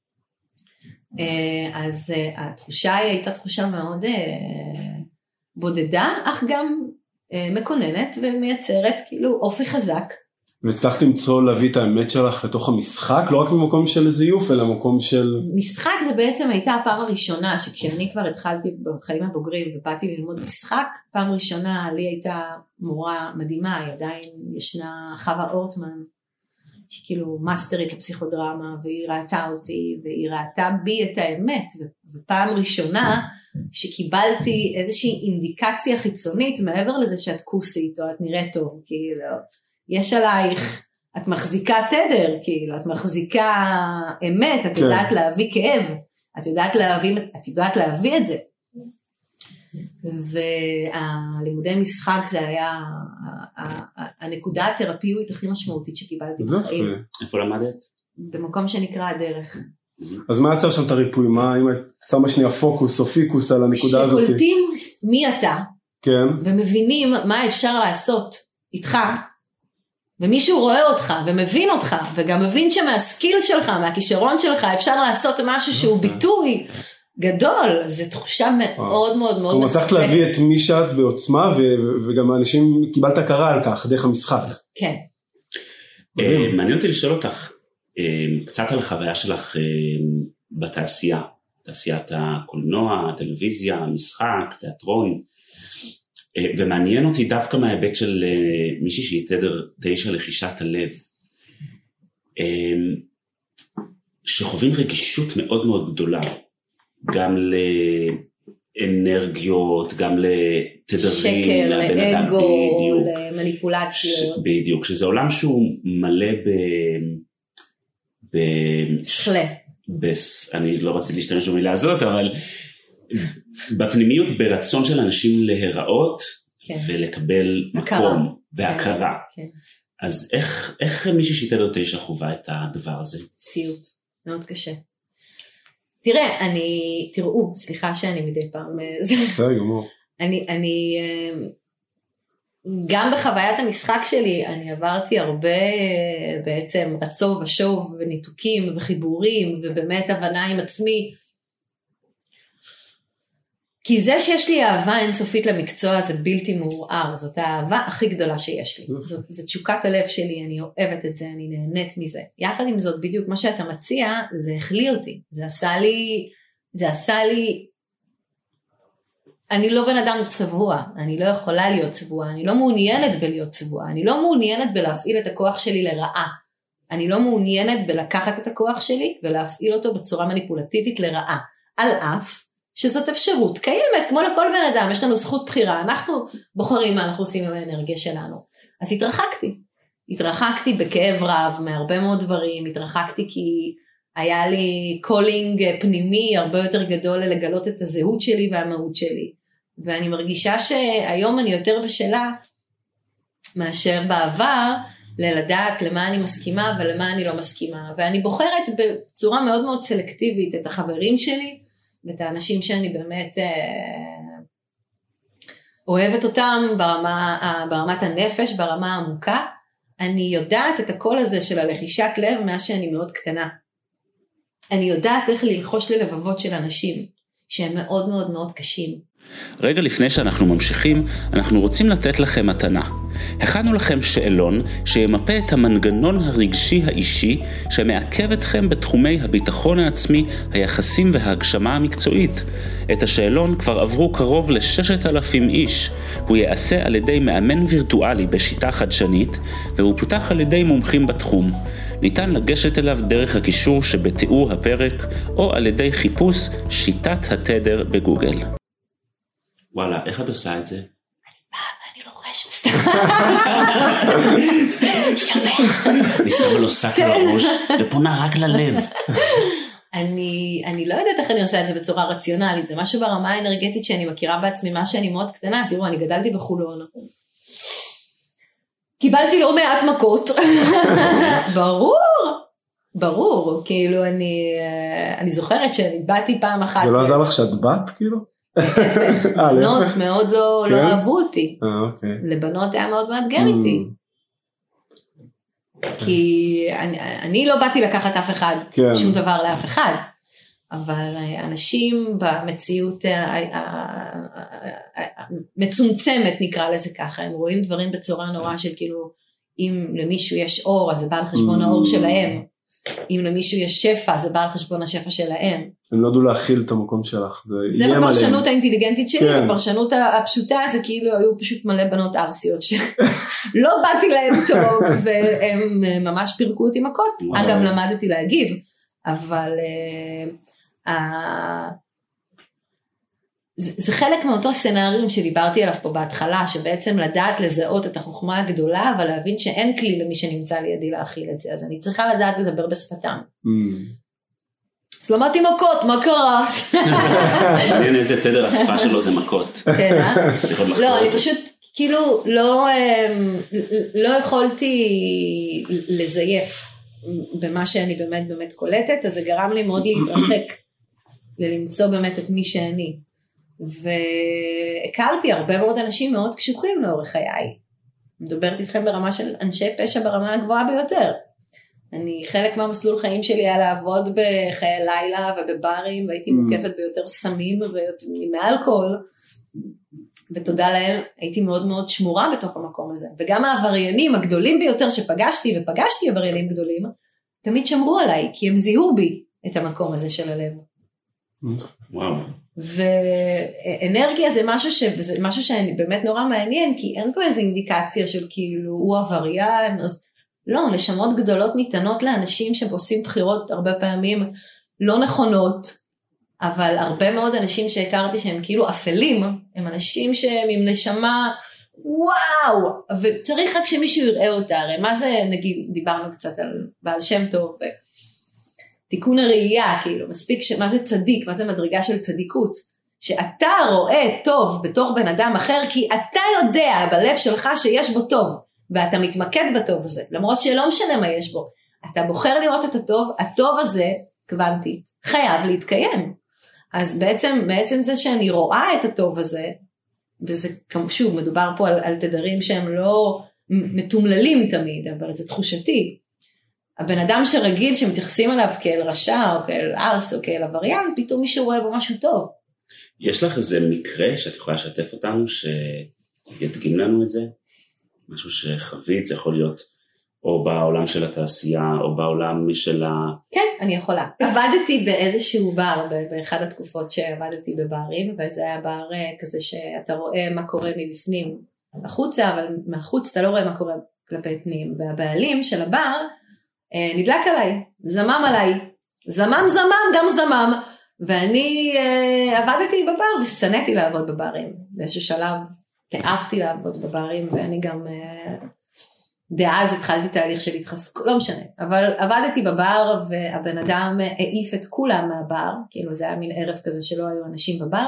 [SPEAKER 1] Uh, אז uh, התחושה היא הייתה תחושה מאוד uh, בודדה, אך גם מקוננת ומייצרת כאילו אופי חזק.
[SPEAKER 3] והצלחת למצוא להביא את האמת שלך לתוך המשחק, לא רק במקום של זיוף, אלא במקום של... משחק
[SPEAKER 1] זה בעצם הייתה הפעם הראשונה, שכשאני כבר התחלתי בחיים הבוגרים ובאתי ללמוד משחק, פעם ראשונה לי הייתה מורה מדהימה, היא עדיין ישנה חווה אורטמן, שכאילו מאסטרית לפסיכודרמה, והיא ראתה אותי, והיא ראתה בי את האמת, ופעם ראשונה שקיבלתי איזושהי אינדיקציה חיצונית, מעבר לזה שאת כוסית, או את נראית טוב, כאילו, יש עלייך, את מחזיקה תדר, כאילו, את מחזיקה אמת, את יודעת להביא כאב, את יודעת להביא, את יודעת להביא את זה. והלימודי משחק זה היה הנקודה התרפיואית הכי משמעותית שקיבלתי בחיים.
[SPEAKER 2] איפה למדת?
[SPEAKER 1] במקום שנקרא הדרך.
[SPEAKER 3] אז מה יצר שם את הריפוי? מה אם את שמה שנייה פוקוס או פיקוס על הנקודה הזאת?
[SPEAKER 1] שקולטים מי אתה,
[SPEAKER 3] כן.
[SPEAKER 1] ומבינים מה אפשר לעשות איתך, ומישהו רואה אותך ומבין אותך, וגם מבין שמהסקיל שלך, מהכישרון שלך, אפשר לעשות משהו שהוא ביטוי גדול, זו תחושה מאוד מאוד מאוד
[SPEAKER 3] מספקת. צריך להביא את מי שאת בעוצמה, וגם האנשים קיבלת הכרה על כך, דרך המשחק.
[SPEAKER 1] כן.
[SPEAKER 2] מעניין אותי לשאול אותך, קצת על החוויה שלך בתעשייה, תעשיית הקולנוע, הטלוויזיה, המשחק, תיאטרון, ומעניין אותי דווקא מההיבט של מישהי שהיא תדר תשע לחישת הלב, שחווים רגישות מאוד מאוד גדולה, גם לאנרגיות, גם לתדרים,
[SPEAKER 1] שקר, לאגו, למניפולציות.
[SPEAKER 2] בדיוק, שזה עולם שהוא מלא ב... ב...
[SPEAKER 1] שלה.
[SPEAKER 2] בס... אני לא רציתי להשתמש במילה הזאת, אבל בפנימיות ברצון של אנשים להיראות, כן. ולקבל
[SPEAKER 1] הכרה.
[SPEAKER 2] מקום והכרה.
[SPEAKER 1] כן.
[SPEAKER 2] אז איך, איך מישהי שתדר תשע חובה את הדבר הזה?
[SPEAKER 1] סיוט, מאוד קשה. תראה, אני, תראו, סליחה שאני מדי פעם, אני, אני, גם בחוויית המשחק שלי, אני עברתי הרבה בעצם רצוב ושוב וניתוקים וחיבורים, ובאמת הבנה עם עצמי, כי זה שיש לי אהבה אינסופית למקצוע זה בלתי מעורער, זאת האהבה הכי גדולה שיש לי, זאת, זאת תשוקת הלב שלי, אני אוהבת את זה, אני נהנית מזה, יחד עם זאת בדיוק מה שאתה מציע, זה החליא אותי, זה עשה לי, זה עשה לי, אני לא בן אדם צבוע, אני לא יכולה להיות צבוע, אני לא מעוניינת בלהיות צבוע, אני לא מעוניינת בלהפעיל את הכוח שלי לרעה, אני לא מעוניינת בלקחת את הכוח שלי ולהפעיל אותו בצורה מניפולטיבית לרעה, על אף שזאת אפשרות קיימת, כמו לכל בן אדם, יש לנו זכות בחירה, אנחנו בוחרים מה אנחנו עושים עם האנרגיה שלנו. אז התרחקתי, התרחקתי בכאב רב מהרבה מאוד דברים, התרחקתי כי היה לי קולינג פנימי הרבה יותר גדול לגלות את הזהות שלי והמהות שלי, ואני מרגישה שהיום אני יותר בשלה מאשר בעבר, ללדעת למה אני מסכימה ולמה אני לא מסכימה, ואני בוחרת בצורה מאוד מאוד סלקטיבית את החברים שלי, ואת האנשים שאני באמת אה, אוהבת אותם ברמה, ברמת הנפש, ברמה העמוקה. אני יודעת את הקול הזה של הלחישת לב מאז שאני מאוד קטנה. אני יודעת איך ללחוש ללבבות של אנשים שהם מאוד מאוד מאוד קשים.
[SPEAKER 2] רגע לפני שאנחנו ממשיכים, אנחנו רוצים לתת לכם מתנה. הכנו לכם שאלון שימפה את המנגנון הרגשי האישי שמעכב אתכם בתחומי הביטחון העצמי, היחסים וההגשמה המקצועית. את השאלון כבר עברו קרוב ל-ששת אלפים איש. הוא ייעשה על ידי מאמן וירטואלי בשיטה חדשנית, והוא פותח על ידי מומחים בתחום. ניתן לגשת אליו דרך הקישור שבתיאור הפרק, או על ידי חיפוש שיטת התדר בגוגל. וואלה, איך את עושה את זה?
[SPEAKER 1] אני באה ואני לא רשת סתם. שבר.
[SPEAKER 2] אני שמה לו שק על הראש ופונה רק ללב.
[SPEAKER 1] אני, אני לא יודעת איך אני עושה את זה בצורה רציונלית, זה משהו ברמה האנרגטית שאני מכירה בעצמי, מה שאני מאוד קטנה, תראו, אני גדלתי בחולון. קיבלתי לא מעט מכות. ברור, ברור, כאילו אני, אני זוכרת שאני באתי פעם אחת.
[SPEAKER 3] זה לא עזר לך שאת בת, כאילו?
[SPEAKER 1] בנות מאוד לא אהבו אותי, לבנות היה מאוד מאתגר איתי, כי אני לא באתי לקחת אף אחד, שום דבר לאף אחד, אבל אנשים במציאות מצומצמת נקרא לזה ככה, הם רואים דברים בצורה נורא של כאילו, אם למישהו יש אור אז זה בא על חשבון האור שלהם, אם למישהו יש שפע, זה בא על חשבון השפע שלהם.
[SPEAKER 3] הם לא ידעו להכיל את המקום שלך.
[SPEAKER 1] זה בפרשנות האינטליגנטית שלי, בפרשנות הפשוטה זה כאילו היו פשוט מלא בנות ארסיות שלא באתי להם טוב, והם ממש פירקו אותי מכות. אגב, למדתי להגיב, אבל זה חלק מאותו סנריום שדיברתי עליו פה בהתחלה, שבעצם לדעת לזהות את החוכמה הגדולה, אבל להבין שאין כלי למי שנמצא לידי להכיל את זה, אז אני צריכה לדעת לדבר בשפתם. אז למדתי מכות, מה קרה?
[SPEAKER 2] אין איזה תדר השפה שלו זה מכות.
[SPEAKER 1] כן, אה? לא, אני פשוט כאילו לא יכולתי לזייף במה שאני באמת באמת קולטת, אז זה גרם לי מאוד להתרחק, ללמצוא באמת את מי שאני. והכרתי הרבה מאוד אנשים מאוד קשוחים לאורך חיי. מדברת איתכם ברמה של אנשי פשע ברמה הגבוהה ביותר. אני, חלק מהמסלול חיים שלי היה לעבוד בחיי לילה ובברים, והייתי מוקפת ביותר סמים ומאלכוהול, ותודה לאל, הייתי מאוד מאוד שמורה בתוך המקום הזה. וגם העבריינים הגדולים ביותר שפגשתי, ופגשתי עבריינים גדולים, תמיד שמרו עליי, כי הם זיהו בי את המקום הזה של הלב.
[SPEAKER 2] וואו.
[SPEAKER 1] ואנרגיה זה משהו, ש... זה משהו שאני באמת נורא מעניין, כי אין פה איזו אינדיקציה של כאילו הוא עבריין, אז לא, נשמות גדולות ניתנות לאנשים שעושים בחירות הרבה פעמים לא נכונות, אבל הרבה מאוד אנשים שהכרתי שהם כאילו אפלים, הם אנשים שהם עם נשמה, וואו, וצריך רק שמישהו יראה אותה, הרי מה זה, נגיד, דיברנו קצת על בעל שם טוב, תיקון הראייה, כאילו, מספיק, ש... מה זה צדיק, מה זה מדרגה של צדיקות, שאתה רואה טוב בתוך בן אדם אחר, כי אתה יודע בלב שלך שיש בו טוב, ואתה מתמקד בטוב הזה, למרות שלא משנה מה יש בו, אתה בוחר לראות את הטוב, הטוב הזה, קוונטית, חייב להתקיים. אז בעצם, בעצם זה שאני רואה את הטוב הזה, וזה שוב, מדובר פה על, על תדרים שהם לא מתומללים תמיד, אבל זה תחושתי. הבן אדם שרגיל שמתייחסים אליו כאל רשע, או כאל ארס, או כאל עבריין, פתאום מישהו רואה בו משהו טוב.
[SPEAKER 2] יש לך איזה מקרה שאת יכולה לשתף אותנו, שידגים לנו את זה? משהו שחווית, זה יכול להיות או בעולם של התעשייה, או בעולם של ה...
[SPEAKER 1] כן, אני יכולה. עבדתי באיזשהו בר, באחד התקופות שעבדתי בברים, וזה היה בר כזה שאתה רואה מה קורה מבפנים החוצה, אבל מהחוץ אתה לא רואה מה קורה כלפי פנים, והבעלים של הבר נדלק עליי, זמם עליי, זמם זמם גם זמם, ואני עבדתי בבר ושנאתי לעבוד בברים, באיזשהו שלב תאהבתי לעבוד בברים, ואני גם... דאז התחלתי תהליך של התחזקות, לא משנה, אבל עבדתי בבר והבן אדם העיף את כולם מהבר, כאילו זה היה מין ערב כזה שלא היו אנשים בבר,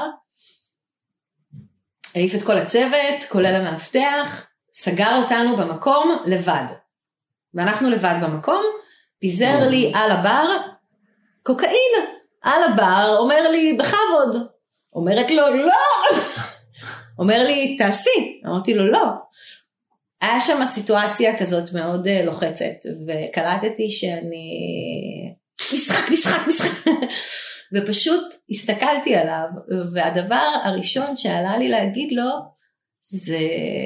[SPEAKER 1] העיף את כל הצוות, כולל המאבטח, סגר אותנו במקום לבד, ואנחנו לבד במקום, פיזר לי על הבר, קוקאין על הבר, אומר לי בכבוד, אומרת לו לא, אומר לי תעשי, אמרתי לו לא, היה שם סיטואציה כזאת מאוד לוחצת, וקלטתי שאני משחק, משחק, משחק, ופשוט הסתכלתי עליו, והדבר הראשון שעלה לי להגיד לו, זה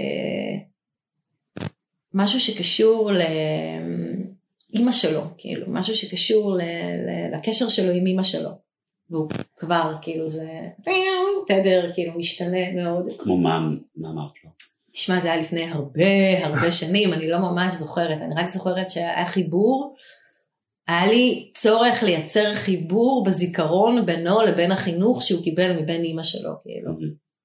[SPEAKER 1] משהו שקשור לאמא שלו, כאילו, משהו שקשור לקשר שלו עם אמא שלו, והוא כבר, כאילו, זה תדר, כאילו, משתנה מאוד.
[SPEAKER 2] כמו מה, מה אמרת לו?
[SPEAKER 1] תשמע, זה היה לפני הרבה הרבה שנים, אני לא ממש זוכרת, אני רק זוכרת שהיה חיבור, היה לי צורך לייצר חיבור בזיכרון בינו לבין החינוך שהוא קיבל מבין אמא שלו, כאילו.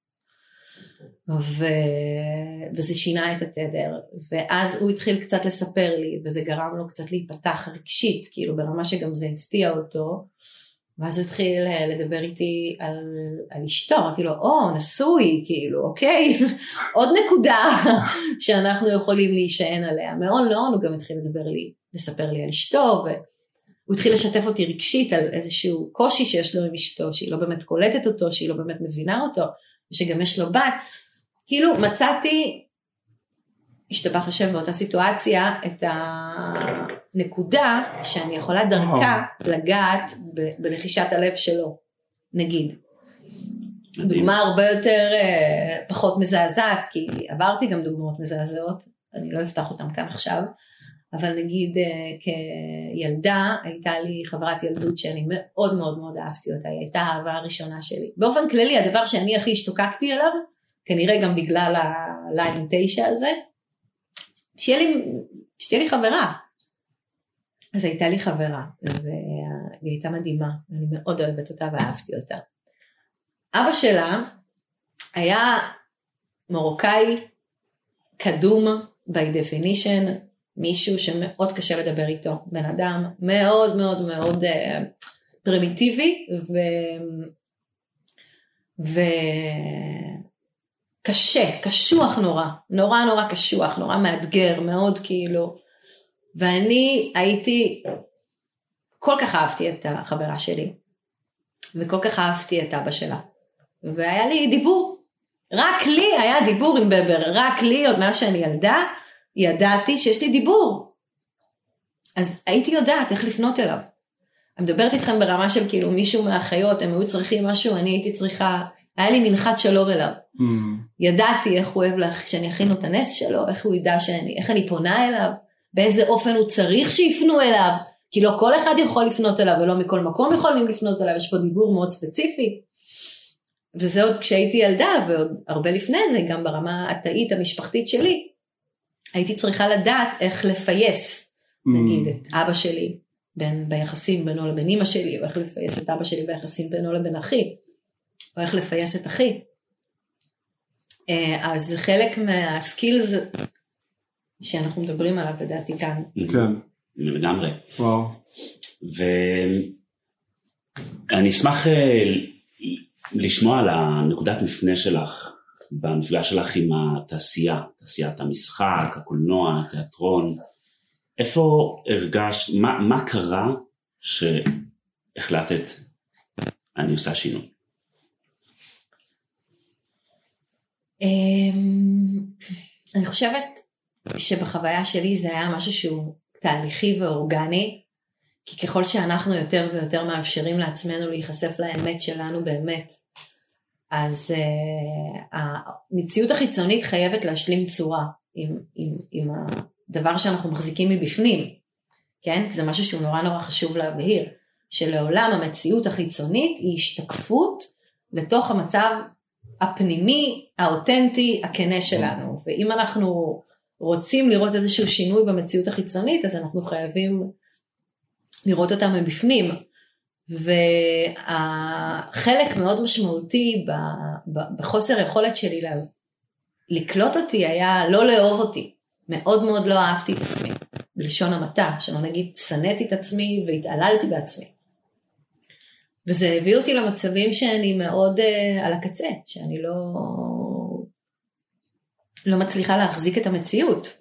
[SPEAKER 1] ו... וזה שינה את התדר, ואז הוא התחיל קצת לספר לי, וזה גרם לו קצת להיפתח רגשית, כאילו ברמה שגם זה הפתיע אותו, ואז הוא התחיל לדבר איתי על, על אשתו, אמרתי לו, או, נשוי, כאילו, אוקיי, עוד נקודה שאנחנו יכולים להישען עליה. מאוד מאוד הוא גם התחיל לדבר לי, לספר לי על אשתו, והוא התחיל לשתף אותי רגשית על איזשהו קושי שיש לו עם אשתו, שהיא לא באמת קולטת אותו, שהיא לא באמת מבינה אותו, ושגם יש לו בת. כאילו מצאתי, השתבח השם באותה סיטואציה, את הנקודה שאני יכולה דרכה לגעת ב- בלחישת הלב שלו, נגיד. דוגמה הרבה יותר פחות מזעזעת, כי עברתי גם דוגמאות מזעזעות, אני לא אפתח אותם כאן עכשיו, אבל נגיד כילדה הייתה לי חברת ילדות שאני מאוד מאוד מאוד אהבתי אותה, היא הייתה האהבה הראשונה שלי. באופן כללי הדבר שאני הכי השתוקקתי אליו, כנראה גם בגלל הליין תשע הזה, שיהיה לי, שתהיה לי חברה. אז הייתה לי חברה, והיא הייתה מדהימה, ואני מאוד אוהבת אותה ואהבתי אותה. אבא שלה היה מרוקאי קדום by definition, מישהו שמאוד קשה לדבר איתו, בן אדם מאוד מאוד מאוד פרימיטיבי, ו... ו... קשה, קשוח נורא, נורא נורא קשוח, נורא מאתגר, מאוד כאילו, ואני הייתי, כל כך אהבתי את החברה שלי, וכל כך אהבתי את אבא שלה, והיה לי דיבור, רק לי היה דיבור עם בבר, רק לי, עוד מאז שאני ילדה, ידעתי שיש לי דיבור, אז הייתי יודעת איך לפנות אליו, אני מדברת איתכם ברמה של כאילו מישהו מהחיות, הם היו צריכים משהו, אני הייתי צריכה, היה לי מנחת שלום אליו, mm. ידעתי איך הוא אוהב לך, שאני אכין את הנס שלו, איך הוא ידע שאני, איך אני פונה אליו, באיזה אופן הוא צריך שיפנו אליו, כי לא כל אחד יכול לפנות אליו, ולא מכל מקום יכולים לפנות אליו, יש פה דיבור מאוד ספציפי, וזה עוד כשהייתי ילדה, ועוד הרבה לפני זה, גם ברמה התאית המשפחתית שלי, הייתי צריכה לדעת איך לפייס, mm. נגיד, את אבא שלי, בין, ביחסים בינו לבין אמא שלי, או איך לפייס את אבא שלי ביחסים בינו לבין אחי, או איך לפייס את אחי. אז חלק מהסקילס שאנחנו מדברים עליו לדעתי כאן.
[SPEAKER 3] כן.
[SPEAKER 2] לגמרי.
[SPEAKER 3] וואו.
[SPEAKER 2] ואני אשמח לשמוע על הנקודת מפנה שלך, במפגש שלך עם התעשייה, תעשיית המשחק, הקולנוע, התיאטרון. איפה הרגשת, מה, מה קרה שהחלטת, אני עושה שינוי?
[SPEAKER 1] אני חושבת שבחוויה שלי זה היה משהו שהוא תהליכי ואורגני, כי ככל שאנחנו יותר ויותר מאפשרים לעצמנו להיחשף לאמת שלנו באמת, אז uh, המציאות החיצונית חייבת להשלים צורה עם, עם, עם דבר שאנחנו מחזיקים מבפנים, כן? זה משהו שהוא נורא נורא חשוב להבהיר, שלעולם המציאות החיצונית היא השתקפות לתוך המצב הפנימי, האותנטי, הכנה שלנו, ואם אנחנו רוצים לראות איזשהו שינוי במציאות החיצונית, אז אנחנו חייבים לראות אותם מבפנים, והחלק מאוד משמעותי בחוסר יכולת שלי לקלוט אותי היה לא לאהוב אותי, מאוד מאוד לא אהבתי את עצמי, בלשון המעטה, שלא נגיד שנאתי את עצמי והתעללתי בעצמי. וזה הביא אותי למצבים שאני מאוד uh, על הקצה, שאני לא, לא מצליחה להחזיק את המציאות.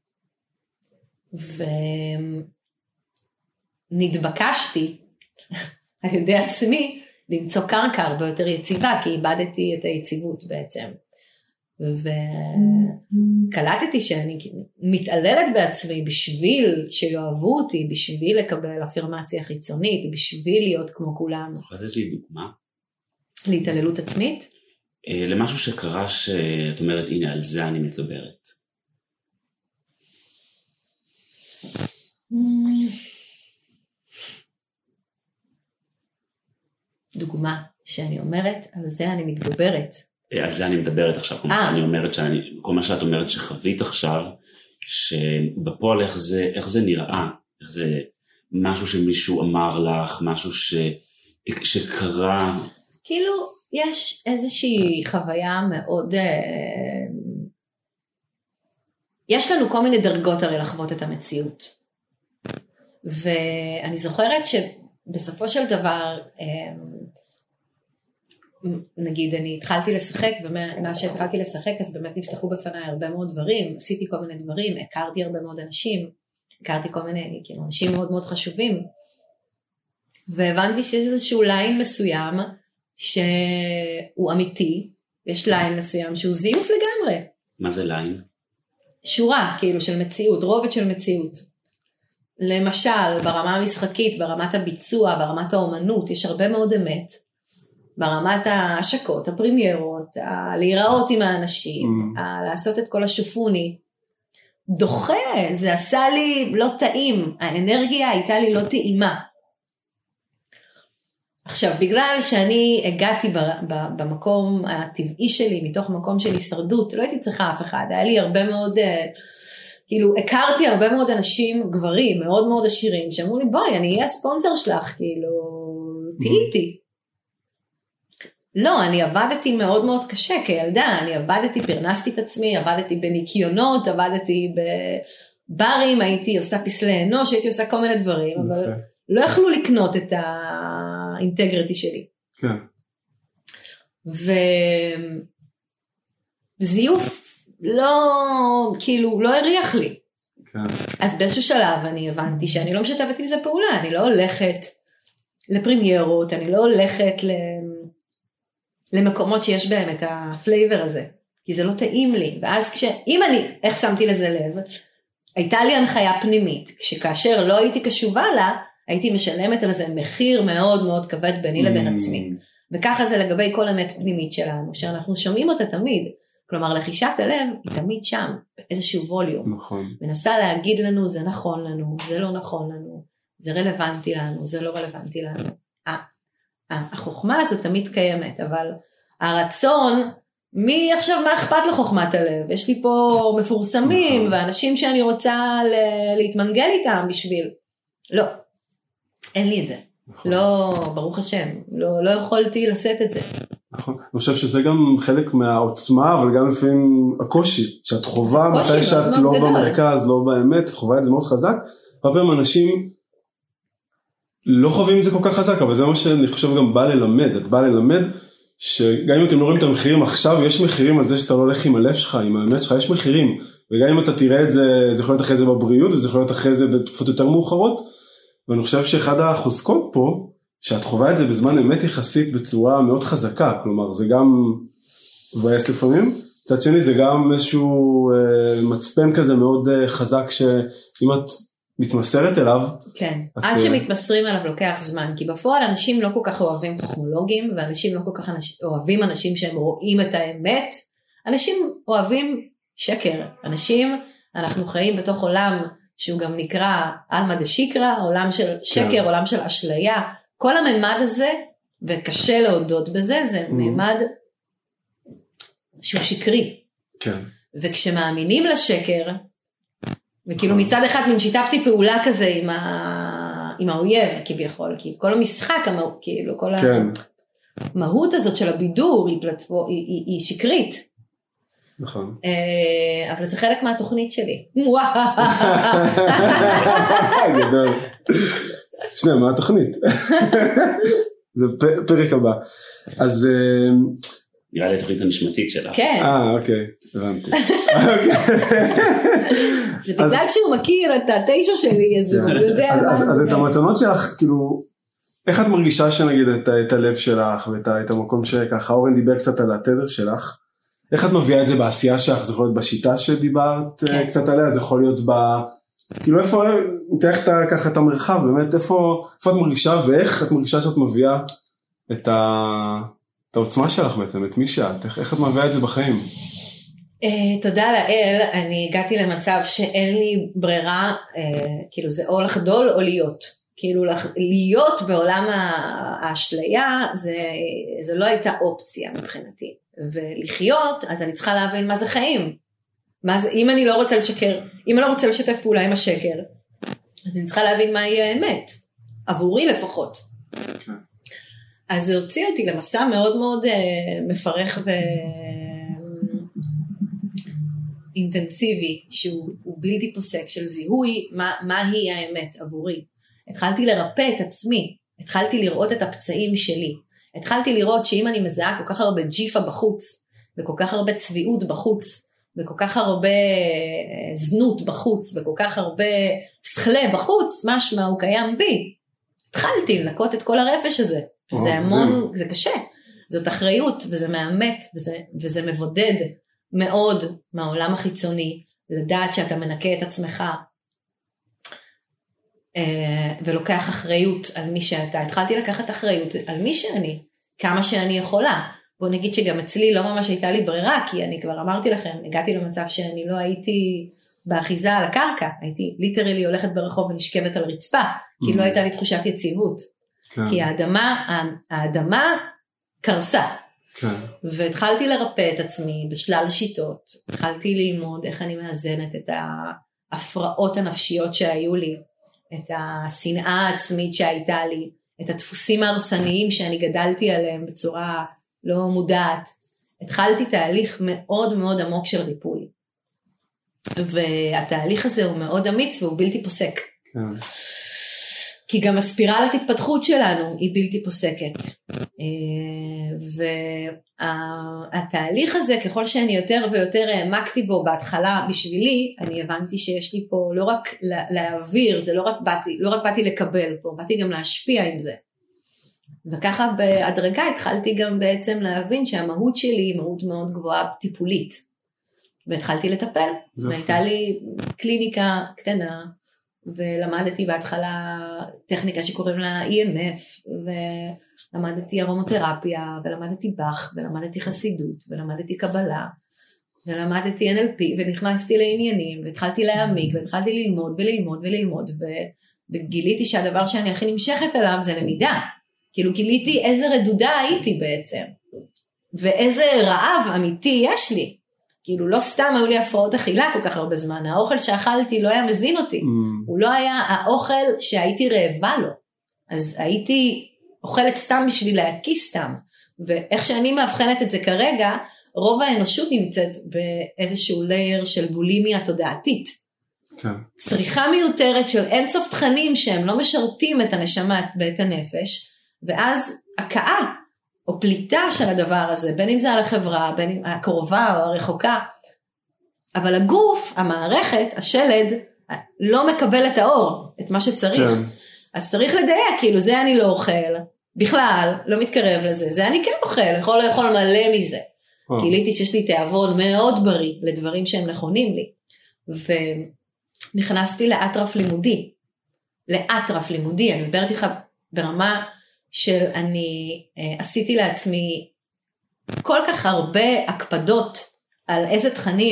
[SPEAKER 1] ונתבקשתי על ידי עצמי למצוא קרקע הרבה יותר יציבה, כי איבדתי את היציבות בעצם. וקלטתי שאני מתעללת בעצמי בשביל שיאהבו אותי, בשביל לקבל אפירמציה חיצונית, בשביל להיות כמו כולם.
[SPEAKER 2] יכולת לתת לי דוגמה?
[SPEAKER 1] להתעללות עצמית?
[SPEAKER 2] למשהו שקרה שאת אומרת, הנה על זה אני מדברת.
[SPEAKER 1] דוגמה שאני אומרת, על זה אני מתגברת.
[SPEAKER 2] על זה אני מדברת עכשיו, כל מה שאני אומרת, שאני, כל מה שאת אומרת שחווית עכשיו, שבפועל איך זה, איך זה נראה, איך זה משהו שמישהו אמר לך, משהו ש, שקרה.
[SPEAKER 1] כאילו, יש איזושהי חוויה מאוד, יש לנו כל מיני דרגות הרי לחוות את המציאות. ואני זוכרת שבסופו של דבר, נגיד אני התחלתי לשחק, ומה שהתחלתי לשחק אז באמת נפתחו בפניי הרבה מאוד דברים, עשיתי כל מיני דברים, הכרתי הרבה מאוד אנשים, הכרתי כל מיני כאילו, אנשים מאוד מאוד חשובים, והבנתי שיש איזשהו ליין מסוים שהוא אמיתי, יש ליין מסוים שהוא זיוף לגמרי.
[SPEAKER 2] מה זה ליין?
[SPEAKER 1] שורה כאילו של מציאות, רובד של מציאות. למשל ברמה המשחקית, ברמת הביצוע, ברמת האומנות, יש הרבה מאוד אמת, ברמת ההשקות, הפרימיירות, להיראות עם האנשים, mm. לעשות את כל השופוני, דוחה, זה עשה לי לא טעים, האנרגיה הייתה לי לא טעימה. עכשיו, בגלל שאני הגעתי במקום הטבעי שלי, מתוך מקום של הישרדות, לא הייתי צריכה אף אחד, היה לי הרבה מאוד, כאילו, הכרתי הרבה מאוד אנשים, גברים, מאוד מאוד עשירים, שאמרו לי, בואי, אני אהיה הספונסר שלך, כאילו, תהי איתי. לא, אני עבדתי מאוד מאוד קשה כילדה, אני עבדתי, פרנסתי את עצמי, עבדתי בניקיונות, עבדתי בברים, הייתי עושה פסלי אנוש, הייתי עושה כל מיני דברים, אבל לא יכלו לקנות את האינטגריטי שלי.
[SPEAKER 3] כן.
[SPEAKER 1] וזיוף לא, כאילו, לא הריח לי.
[SPEAKER 3] כן.
[SPEAKER 1] אז באיזשהו שלב אני הבנתי שאני לא משתפת עם זה פעולה, אני לא הולכת לפרימיירות, אני לא הולכת ל... למקומות שיש בהם את הפלייבר הזה, כי זה לא טעים לי, ואז כש... אם אני, איך שמתי לזה לב, הייתה לי הנחיה פנימית, שכאשר לא הייתי קשובה לה, הייתי משלמת על זה מחיר מאוד מאוד כבד ביני לבין עצמי, וככה זה לגבי כל אמת פנימית שלנו, שאנחנו שומעים אותה תמיד, כלומר לחישת הלב היא תמיד שם, באיזשהו ווליום,
[SPEAKER 3] נכון.
[SPEAKER 1] מנסה להגיד לנו, זה נכון לנו, זה לא נכון לנו, זה רלוונטי לנו, זה לא רלוונטי לנו, אה, החוכמה הזאת תמיד קיימת, אבל הרצון, מי עכשיו מה אכפת לחוכמת הלב? יש לי פה מפורסמים, נכון. ואנשים שאני רוצה להתמנגל איתם בשביל, לא, אין לי את זה, נכון. לא, ברוך השם, לא, לא יכולתי לשאת את זה.
[SPEAKER 3] נכון, אני חושב שזה גם חלק מהעוצמה, אבל גם לפעמים הקושי, שאת חובה, מתי שאת לא גדול. במרכז, לא באמת, את חובה את זה מאוד חזק, הרבה אנשים לא חווים את זה כל כך חזק, אבל זה מה שאני חושב גם בא ללמד, את בא ללמד, שגם אם אתם לא רואים את המחירים עכשיו, יש מחירים על זה שאתה לא הולך עם הלב שלך, עם האמת שלך, יש מחירים, וגם אם אתה תראה את זה, זה יכול להיות אחרי זה בבריאות, וזה יכול להיות אחרי זה בתקופות יותר מאוחרות, ואני חושב שאחד החוזקות פה, שאת חווה את זה בזמן אמת יחסית בצורה מאוד חזקה, כלומר זה גם מבאס לפעמים, מצד שני זה גם איזשהו אה, מצפן כזה מאוד אה, חזק, שאם את מתמסרת אליו.
[SPEAKER 1] כן, עד שמתמסרים עליו לוקח זמן, כי בפועל אנשים לא כל כך אוהבים טכנולוגים, ואנשים לא כל כך אנש... אוהבים אנשים שהם רואים את האמת, אנשים אוהבים שקר, אנשים אנחנו חיים בתוך עולם שהוא גם נקרא אלמא דשיקרא, עולם של שקר, כן. עולם של אשליה. כל הממד הזה, וקשה להודות בזה, זה mm-hmm. ממד שהוא שקרי.
[SPEAKER 3] כן.
[SPEAKER 1] וכשמאמינים לשקר, וכאילו מצד אחד מן שיתפתי פעולה כזה עם, ה... עם האויב כביכול, כי כל המשחק, המה... כאילו כל כן. המהות הזאת של הבידור היא, פלטפור... היא, היא, היא שקרית.
[SPEAKER 3] נכון.
[SPEAKER 1] אבל זה חלק מהתוכנית שלי.
[SPEAKER 3] גדול. שנייה, מה התוכנית? זה פרק הבא. אז...
[SPEAKER 2] נראה לי התוכנית הנשמתית שלה.
[SPEAKER 1] כן.
[SPEAKER 3] אה, אוקיי, הבנתי.
[SPEAKER 1] זה בגלל שהוא מכיר את התשע שלי, אז הוא יודע.
[SPEAKER 3] אז את המתנות שלך, כאילו, איך את מרגישה שנגיד את הלב שלך, ואת המקום שככה, אורן דיבר קצת על התדר שלך, איך את מביאה את זה בעשייה שלך? זה יכול להיות בשיטה שדיברת קצת עליה, זה יכול להיות ב... כאילו איפה, תלך ככה את המרחב, באמת איפה את מרגישה, ואיך את מרגישה שאת מביאה את ה... את העוצמה שלך בעצם, את מי שאת, איך, איך את מביאה את זה בחיים?
[SPEAKER 1] Uh, תודה לאל, אני הגעתי למצב שאין לי ברירה, uh, כאילו זה או לחדול או להיות, כאילו להיות בעולם האשליה, זה, זה לא הייתה אופציה מבחינתי, ולחיות, אז אני צריכה להבין מה זה חיים, מה זה, אם אני לא רוצה לשקר, אם אני לא רוצה לשתף פעולה עם השקר, אז אני צריכה להבין מה יהיה האמת, עבורי לפחות. Okay. אז זה הוציא אותי למסע מאוד מאוד uh, מפרך ואינטנסיבי, שהוא בלתי פוסק, של זיהוי מה, מה היא האמת עבורי. התחלתי לרפא את עצמי, התחלתי לראות את הפצעים שלי, התחלתי לראות שאם אני מזהה כל כך הרבה ג'יפה בחוץ, וכל כך הרבה צביעות בחוץ, וכל כך הרבה זנות בחוץ, וכל כך הרבה שכלה בחוץ, משמע הוא קיים בי. התחלתי לנקות את כל הרפש הזה. זה המון, זה קשה, זאת אחריות, וזה מאמת, וזה, וזה מבודד מאוד מהעולם החיצוני, לדעת שאתה מנקה את עצמך, ולוקח אחריות על מי שאתה. התחלתי לקחת אחריות על מי שאני, כמה שאני יכולה. בוא נגיד שגם אצלי לא ממש הייתה לי ברירה, כי אני כבר אמרתי לכם, הגעתי למצב שאני לא הייתי באחיזה על הקרקע, הייתי ליטרלי הולכת ברחוב ונשכבת על רצפה, כי לא הייתה לי תחושת יציבות. כן. כי האדמה, האדמה קרסה. כן. והתחלתי לרפא את עצמי בשלל שיטות, התחלתי ללמוד איך אני מאזנת את ההפרעות הנפשיות שהיו לי, את השנאה העצמית שהייתה לי, את הדפוסים ההרסניים שאני גדלתי עליהם בצורה לא מודעת. התחלתי תהליך מאוד מאוד עמוק של ריפוי. והתהליך הזה הוא מאוד אמיץ והוא בלתי פוסק. כן. כי גם הספירלת התפתחות שלנו היא בלתי פוסקת. והתהליך הזה, ככל שאני יותר ויותר העמקתי בו בהתחלה בשבילי, אני הבנתי שיש לי פה לא רק להעביר, זה לא רק באתי, לא רק באתי לקבל פה, באתי גם להשפיע עם זה. וככה בהדרגה התחלתי גם בעצם להבין שהמהות שלי היא מהות מאוד גבוהה טיפולית. והתחלתי לטפל. והייתה לי קליניקה קטנה, ולמדתי בהתחלה טכניקה שקוראים לה אי אם אף, ולמדתי ארומותרפיה, ולמדתי בח, ולמדתי חסידות, ולמדתי קבלה, ולמדתי אן אל פי, ונכנסתי לעניינים, והתחלתי להעמיק, והתחלתי ללמוד וללמוד וללמוד, וגיליתי שהדבר שאני הכי נמשכת עליו זה למידה. כאילו גיליתי איזה רדודה הייתי בעצם, ואיזה רעב אמיתי יש לי. כאילו לא סתם היו לי הפרעות אכילה כל כך הרבה זמן, האוכל שאכלתי לא היה מזין אותי, mm. הוא לא היה האוכל שהייתי רעבה לו, אז הייתי אוכלת סתם בשביל להקיס סתם, ואיך שאני מאבחנת את זה כרגע, רוב האנושות נמצאת באיזשהו לייר של בולימיה תודעתית, okay. צריכה מיותרת של אינסוף תכנים שהם לא משרתים את הנשמה ואת הנפש, ואז הקאה, או פליטה של הדבר הזה, בין אם זה על החברה, בין אם הקרובה או הרחוקה, אבל הגוף, המערכת, השלד, לא מקבל את האור, את מה שצריך. כן. אז צריך לדייק, כאילו זה אני לא אוכל, בכלל, לא מתקרב לזה, זה אני כן אוכל, יכול לאכול מלא מזה. גיליתי שיש לי תיאבון מאוד בריא, לדברים שהם נכונים לי, ונכנסתי לאטרף לימודי, לאטרף לימודי, אני מדברת לך ברמה, של אני אה, עשיתי לעצמי כל כך הרבה הקפדות על איזה תכנים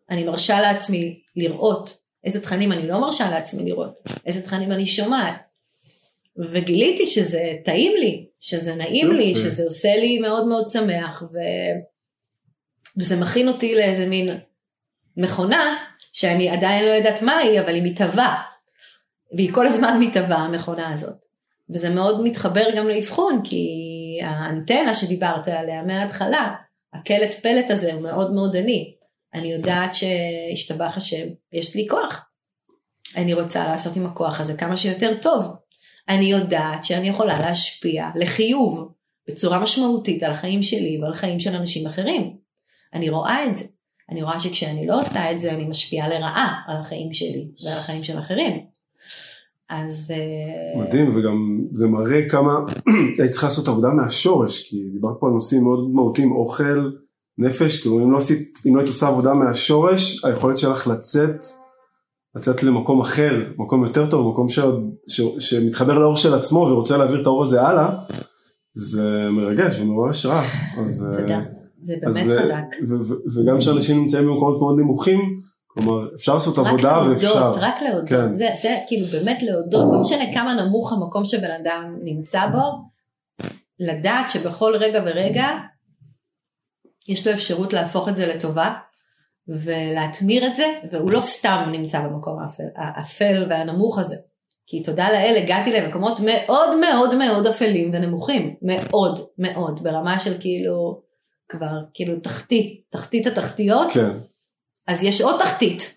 [SPEAKER 1] אני מרשה לעצמי לראות איזה תכנים אני לא מרשה לעצמי לראות, איזה תכנים אני שומעת, וגיליתי שזה טעים לי, שזה נעים לי, שזה עושה לי מאוד מאוד שמח, ו... וזה מכין אותי לאיזה מין מכונה, שאני עדיין לא יודעת מה היא, אבל היא מתהווה, והיא כל הזמן מתהווה המכונה הזאת, וזה מאוד מתחבר גם לאבחון, כי האנטנה שדיברת עליה מההתחלה, הקלט פלט הזה הוא מאוד מאוד עני, אני יודעת שהשתבח השם, יש לי כוח, אני רוצה לעשות עם הכוח הזה כמה שיותר טוב, אני יודעת שאני יכולה להשפיע לחיוב, בצורה משמעותית על החיים שלי ועל החיים של אנשים אחרים, אני רואה את זה, אני רואה שכשאני לא עושה את זה, אני משפיעה לרעה על החיים שלי ועל החיים של אחרים, אז...
[SPEAKER 3] מדהים, וגם זה מראה כמה היית צריכה לעשות עבודה מהשורש, כי דיברת פה על נושאים מאוד מהותיים, אוכל, נפש, כאילו אם לא, עשית, אם לא היית עושה עבודה מהשורש, היכולת שלך לצאת, לצאת למקום אחר, מקום יותר טוב, מקום ש, ש, שמתחבר לאור של עצמו, ורוצה להעביר את האור הזה הלאה, זה מרגש ומעורר השראה.
[SPEAKER 1] תודה, זה באמת אז, חזק.
[SPEAKER 3] ו, ו, וגם שאנשים נמצאים במקומות מאוד נמוכים, כלומר, אפשר לעשות עבודה
[SPEAKER 1] להודות,
[SPEAKER 3] ואפשר.
[SPEAKER 1] רק להודות, כן. זה, זה כאילו באמת להודות, לא משנה כמה נמוך המקום שבן אדם נמצא בו, לדעת שבכל רגע ורגע, יש לו אפשרות להפוך את זה לטובה, ולהתמיר את זה, והוא לא סתם נמצא במקום האפל, האפל והנמוך הזה, כי תודה לאל הגעתי למקומות מאוד מאוד מאוד אפלים ונמוכים, מאוד מאוד, ברמה של כאילו, כבר כאילו תחתית, תחתית התחתיות,
[SPEAKER 3] כן.
[SPEAKER 1] אז יש עוד תחתית.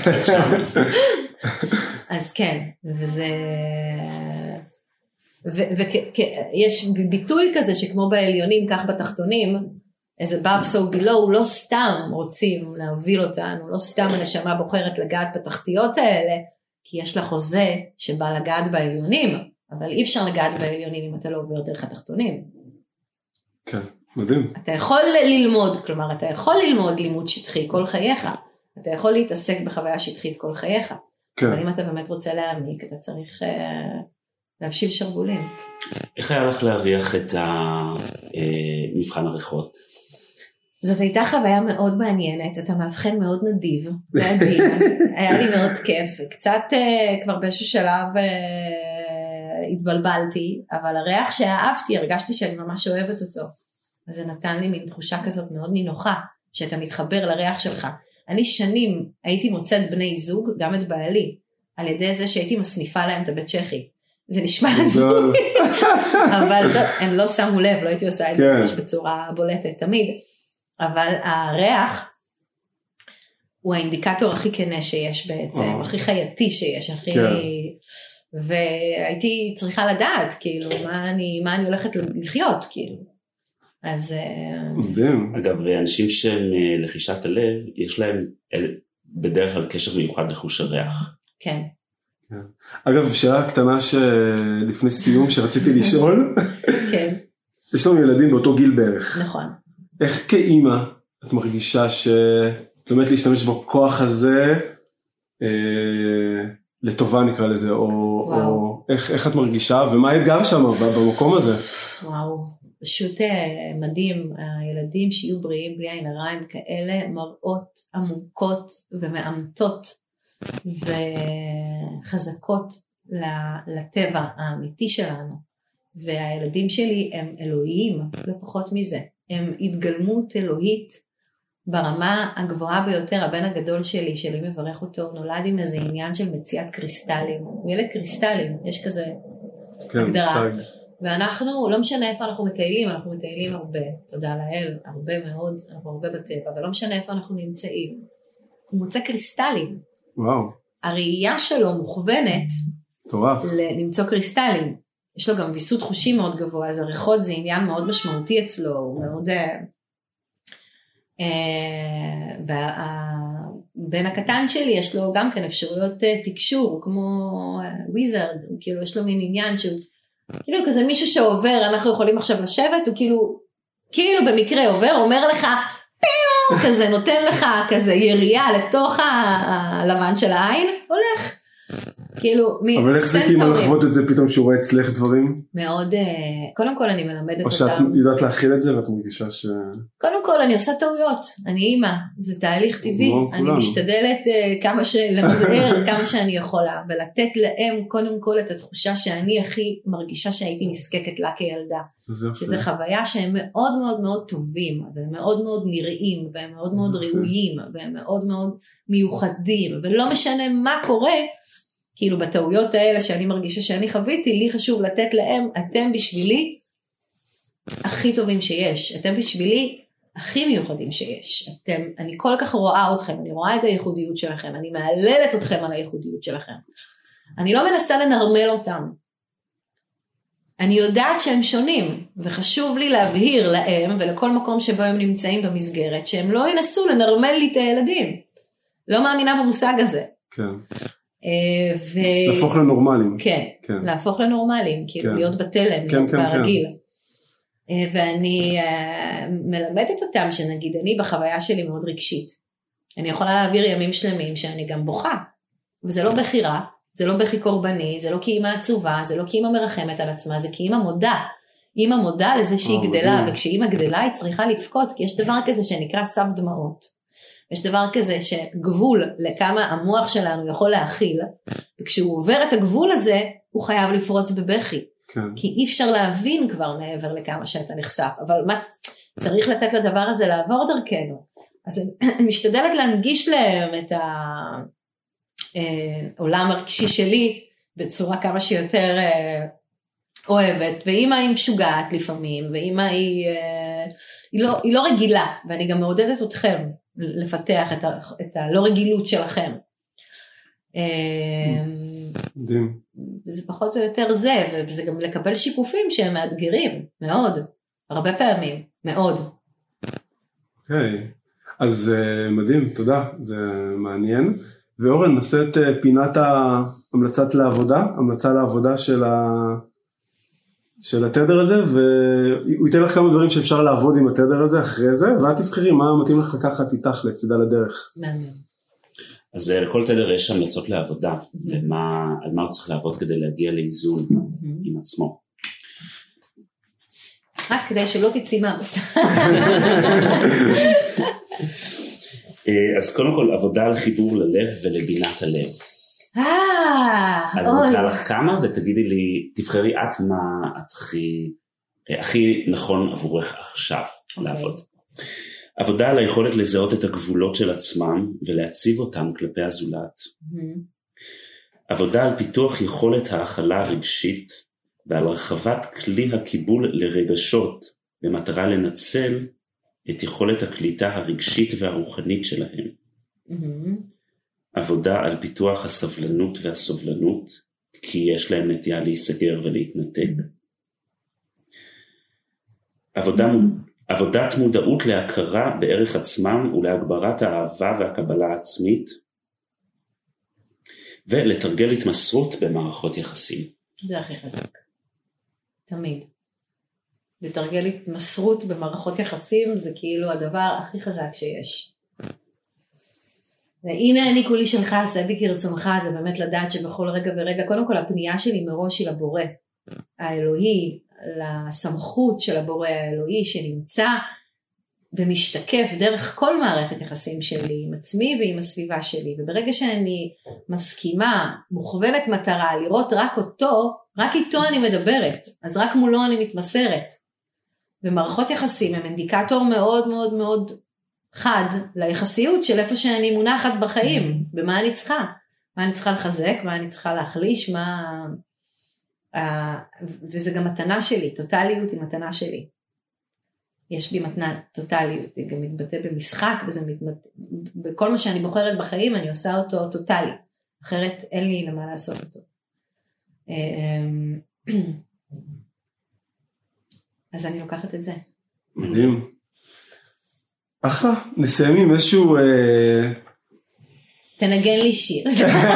[SPEAKER 1] אז כן, וזה... ויש ביטוי כזה שכמו בעליונים, כך בתחתונים, איזה above so below, לא סתם רוצים להוביל אותנו, לא סתם הנשמה בוחרת לגעת בתחתיות האלה, כי יש לה חוזה שבא לגעת בעליונים, אבל אי אפשר לגעת בעליונים אם אתה לא עובר דרך התחתונים.
[SPEAKER 3] כן, מדהים.
[SPEAKER 1] אתה יכול ללמוד, כלומר, אתה יכול ללמוד לימוד שטחי כל חייך, אתה יכול להתעסק בחוויה שטחית כל חייך, כן. אבל אם אתה באמת רוצה להעמיק, אתה צריך uh, להבשיל שרוולים.
[SPEAKER 2] איך היה לך להריח את מבחן הריחות?
[SPEAKER 1] זאת הייתה חוויה מאוד מעניינת, אתה מאבחן מאוד נדיב, ועדין, היה לי מאוד כיף, קצת uh, כבר באיזשהו שלב uh, התבלבלתי, אבל הריח שאהבתי, הרגשתי שאני ממש אוהבת אותו, אז זה נתן לי מין תחושה כזאת מאוד נינוחה, שאתה מתחבר לריח שלך. אני שנים הייתי מוצאת בני זוג, גם את בעלי, על ידי זה שהייתי מסניפה להם את הבית צ'כי. זה נשמע הזוי, אבל זאת, הם לא שמו לב, לא הייתי עושה את זה ממש בצורה בולטת תמיד, אבל הריח הוא האינדיקטור הכי כנה שיש בעצם, הכי חייתי שיש, הכי... והייתי צריכה לדעת, כאילו, מה אני, מה אני הולכת לחיות, כאילו. אז...
[SPEAKER 2] אגב, אנשים שהם לחישת הלב, יש להם בדרך כלל קשר מיוחד לחוש הריח.
[SPEAKER 1] כן.
[SPEAKER 3] אגב, שאלה קטנה שלפני סיום שרציתי לשאול,
[SPEAKER 1] כן.
[SPEAKER 3] יש לנו ילדים באותו גיל בערך.
[SPEAKER 1] נכון.
[SPEAKER 3] איך כאימא את מרגישה שבאמת להשתמש בכוח הזה לטובה נקרא לזה, או איך את מרגישה, ומה האתגר שם במקום הזה?
[SPEAKER 1] וואו. פשוט מדהים, הילדים שיהיו בריאים בלי עין הרע הם כאלה מראות עמוקות ומאמתות וחזקות לטבע האמיתי שלנו, והילדים שלי הם אלוהיים, לא פחות מזה, הם התגלמות אלוהית ברמה הגבוהה ביותר. הבן הגדול שלי, שלי מברך אותו, נולד עם איזה עניין של מציאת קריסטלים, הוא ילד קריסטלים, יש כזה כן, הגדרה. שג. ואנחנו, לא משנה איפה אנחנו מטיילים, אנחנו מטיילים הרבה, תודה לאל, הרבה מאוד, אנחנו הרבה בטבע, ולא משנה איפה אנחנו נמצאים. הוא מוצא קריסטלים.
[SPEAKER 3] וואו.
[SPEAKER 1] הראייה שלו מוכוונת
[SPEAKER 3] טורף.
[SPEAKER 1] למצוא קריסטלים. יש לו גם ויסות חושים מאוד גבוה, אז הריחות זה עניין מאוד משמעותי אצלו, הוא מאוד... והבן הקטן שלי יש לו גם כן אפשרויות תקשור, כמו וויזרד, כאילו יש לו מין עניין שהוא... כאילו כזה מישהו שעובר, אנחנו יכולים עכשיו לשבת, הוא כאילו, כאילו במקרה עובר, אומר לך, פיו, כזה נותן לך כזה ירייה לתוך הלבן של העין, הולך. כאילו,
[SPEAKER 3] אבל איך זה כאילו לחוות את זה פתאום שהוא רואה אצלך דברים?
[SPEAKER 1] מאוד, קודם כל אני מלמדת אותם.
[SPEAKER 3] או שאת יודעת להכיל את זה ואת מרגישה ש...
[SPEAKER 1] קודם כל אני עושה טעויות, אני אימא, זה תהליך טבעי, אני משתדלת כמה ש... למזער כמה שאני יכולה, ולתת להם קודם כל את התחושה שאני הכי מרגישה שהייתי נזקקת לה כילדה. שזה חוויה שהם מאוד מאוד מאוד טובים, והם מאוד מאוד נראים, והם מאוד מאוד ראויים, והם מאוד מאוד מיוחדים, ולא משנה מה קורה, כאילו בטעויות האלה שאני מרגישה שאני חוויתי, לי חשוב לתת להם, אתם בשבילי הכי טובים שיש, אתם בשבילי הכי מיוחדים שיש, אתם, אני כל כך רואה אתכם, אני רואה את הייחודיות שלכם, אני מעללת אתכם על הייחודיות שלכם, אני לא מנסה לנרמל אותם, אני יודעת שהם שונים, וחשוב לי להבהיר להם, ולכל מקום שבו הם נמצאים במסגרת, שהם לא ינסו לנרמל לי את הילדים, לא מאמינה במושג הזה.
[SPEAKER 3] כן.
[SPEAKER 1] ו...
[SPEAKER 3] להפוך לנורמלים.
[SPEAKER 1] כן, כן. להפוך לנורמלים, כאילו כן. להיות בתלם,
[SPEAKER 3] כן, כן,
[SPEAKER 1] ברגיל. כן. ואני uh, מלמדת אותם שנגיד, אני בחוויה שלי מאוד רגשית. אני יכולה להעביר ימים שלמים שאני גם בוכה, וזה לא בחירה, זה לא בכי קורבני, זה לא כי אימא עצובה, זה לא כי אימא מרחמת על עצמה, זה כי אימא מודה. אימא מודה לזה שהיא oh, גדלה, וכשאימא גדלה היא צריכה לפקות, כי יש דבר כזה שנקרא סף דמעות. יש דבר כזה שגבול לכמה המוח שלנו יכול להכיל, וכשהוא עובר את הגבול הזה, הוא חייב לפרוץ בבכי.
[SPEAKER 3] כן.
[SPEAKER 1] כי אי אפשר להבין כבר מעבר לכמה שאתה נחשף, אבל מה, צריך לתת לדבר הזה לעבור דרכנו. אז אני משתדלת להנגיש להם את העולם הרגשי שלי, בצורה כמה שיותר אוהבת, ואמא היא משוגעת לפעמים, ואמא היא, היא, לא, היא לא רגילה, ואני גם מעודדת אתכם, לפתח את, ה, את הלא רגילות שלכם.
[SPEAKER 3] מדהים.
[SPEAKER 1] זה פחות או יותר זה, וזה גם לקבל שיקופים שהם מאתגרים, מאוד, הרבה פעמים, מאוד.
[SPEAKER 3] אוקיי, אז מדהים, תודה, זה מעניין. ואורן, נעשה את פינת ההמלצת לעבודה, המלצה לעבודה של ה... של התדר הזה, והוא ייתן לך כמה דברים שאפשר לעבוד עם התדר הזה אחרי זה, ואת תבחרי מה מתאים לך לקחת איתך לצידה לדרך.
[SPEAKER 1] מעניין.
[SPEAKER 2] אז לכל תדר יש המלצות לעבודה, למה, על מה הוא צריך לעבוד כדי להגיע לאיזון עם עצמו.
[SPEAKER 1] רק כדי שלא תצאי מהמסתר.
[SPEAKER 2] אז קודם כל, עבודה על חיבור ללב ולבינת הלב.
[SPEAKER 1] אה,
[SPEAKER 2] אז אני אקרא לך כמה ותגידי לי, תבחרי את מה את הכי, הכי נכון עבורך עכשיו לעבוד. עבודה על היכולת לזהות את הגבולות של עצמם ולהציב אותם כלפי הזולת. עבודה על פיתוח יכולת ההכלה הרגשית ועל הרחבת כלי הקיבול לרגשות במטרה לנצל את יכולת הקליטה הרגשית והרוחנית שלהם. עבודה על פיתוח הסבלנות והסובלנות, כי יש להם נטייה להיסגר ולהתנתק. עבודה, עבודת מודעות להכרה בערך עצמם ולהגברת האהבה והקבלה העצמית, ולתרגל התמסרות במערכות יחסים.
[SPEAKER 1] זה הכי חזק. תמיד. לתרגל התמסרות במערכות יחסים זה כאילו הדבר הכי חזק שיש. והנה אני כולי שלך, עשה בי כרצונך, זה באמת לדעת שבכל רגע ורגע, קודם כל הפנייה שלי מראש היא לבורא האלוהי, לסמכות של הבורא האלוהי שנמצא ומשתקף דרך כל מערכת יחסים שלי עם עצמי ועם הסביבה שלי, וברגע שאני מסכימה, מוכוונת מטרה, לראות רק אותו, רק איתו אני מדברת, אז רק מולו אני מתמסרת. ומערכות יחסים הם אינדיקטור מאוד מאוד מאוד חד ליחסיות של איפה שאני מונחת בחיים, במה אני צריכה, מה אני צריכה לחזק, מה אני צריכה להחליש, מה... וזה גם מתנה שלי, טוטליות היא מתנה שלי. יש בי מתנה טוטליות, היא גם מתבטא במשחק, וזה מתבטא, בכל מה שאני בוחרת בחיים אני עושה אותו טוטלי, אחרת אין לי למה לעשות אותו. אז אני לוקחת את זה.
[SPEAKER 3] מדהים. אחלה, נסיים עם איזשהו...
[SPEAKER 1] תנגן לי שיר.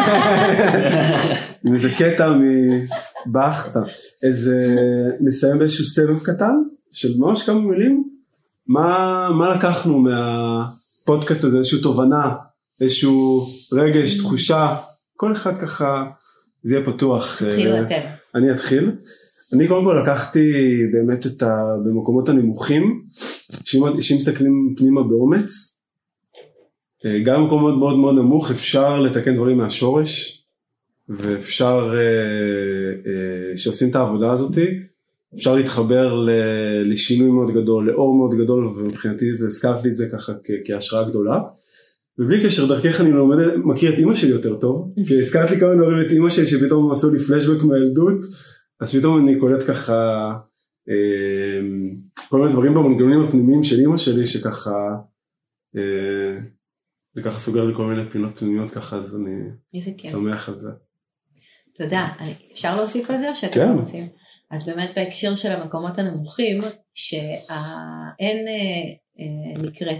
[SPEAKER 3] עם איזה קטע מבח, איזה... נסיים באיזשהו סבב קטן, של ממש כמה מילים, מה, מה לקחנו מהפודקאסט הזה, איזשהו תובנה, איזשהו רגש, תחושה, כל אחד ככה זה יהיה פתוח.
[SPEAKER 1] תתחילו אתם.
[SPEAKER 3] אני אתחיל. אני קודם כל לקחתי באמת את ה... במקומות הנמוכים, שאם מסתכלים פנימה באומץ, גם במקום מאוד מאוד מאוד נמוך אפשר לתקן דברים מהשורש, ואפשר, שעושים את העבודה הזאת, אפשר להתחבר לשינוי מאוד גדול, לאור מאוד גדול, ומבחינתי זה, הזכרתי את זה ככה כהשראה גדולה. ובלי קשר דרכך אני לומד, מכיר את אמא שלי יותר טוב, כי הזכרתי כמה דברים את אמא שלי שפתאום עשו לי פלשבק מהילדות, אז פתאום אני קולט ככה, כל מיני דברים במנגנונים הפנימיים של אמא שלי, שככה, זה ככה סוגר לי כל מיני פינות פנימיות ככה, אז אני שמח על זה.
[SPEAKER 1] תודה. אפשר להוסיף על זה או שאתם
[SPEAKER 3] כן.
[SPEAKER 1] רוצים? אז באמת בהקשר של המקומות הנמוכים, שאין מקרה,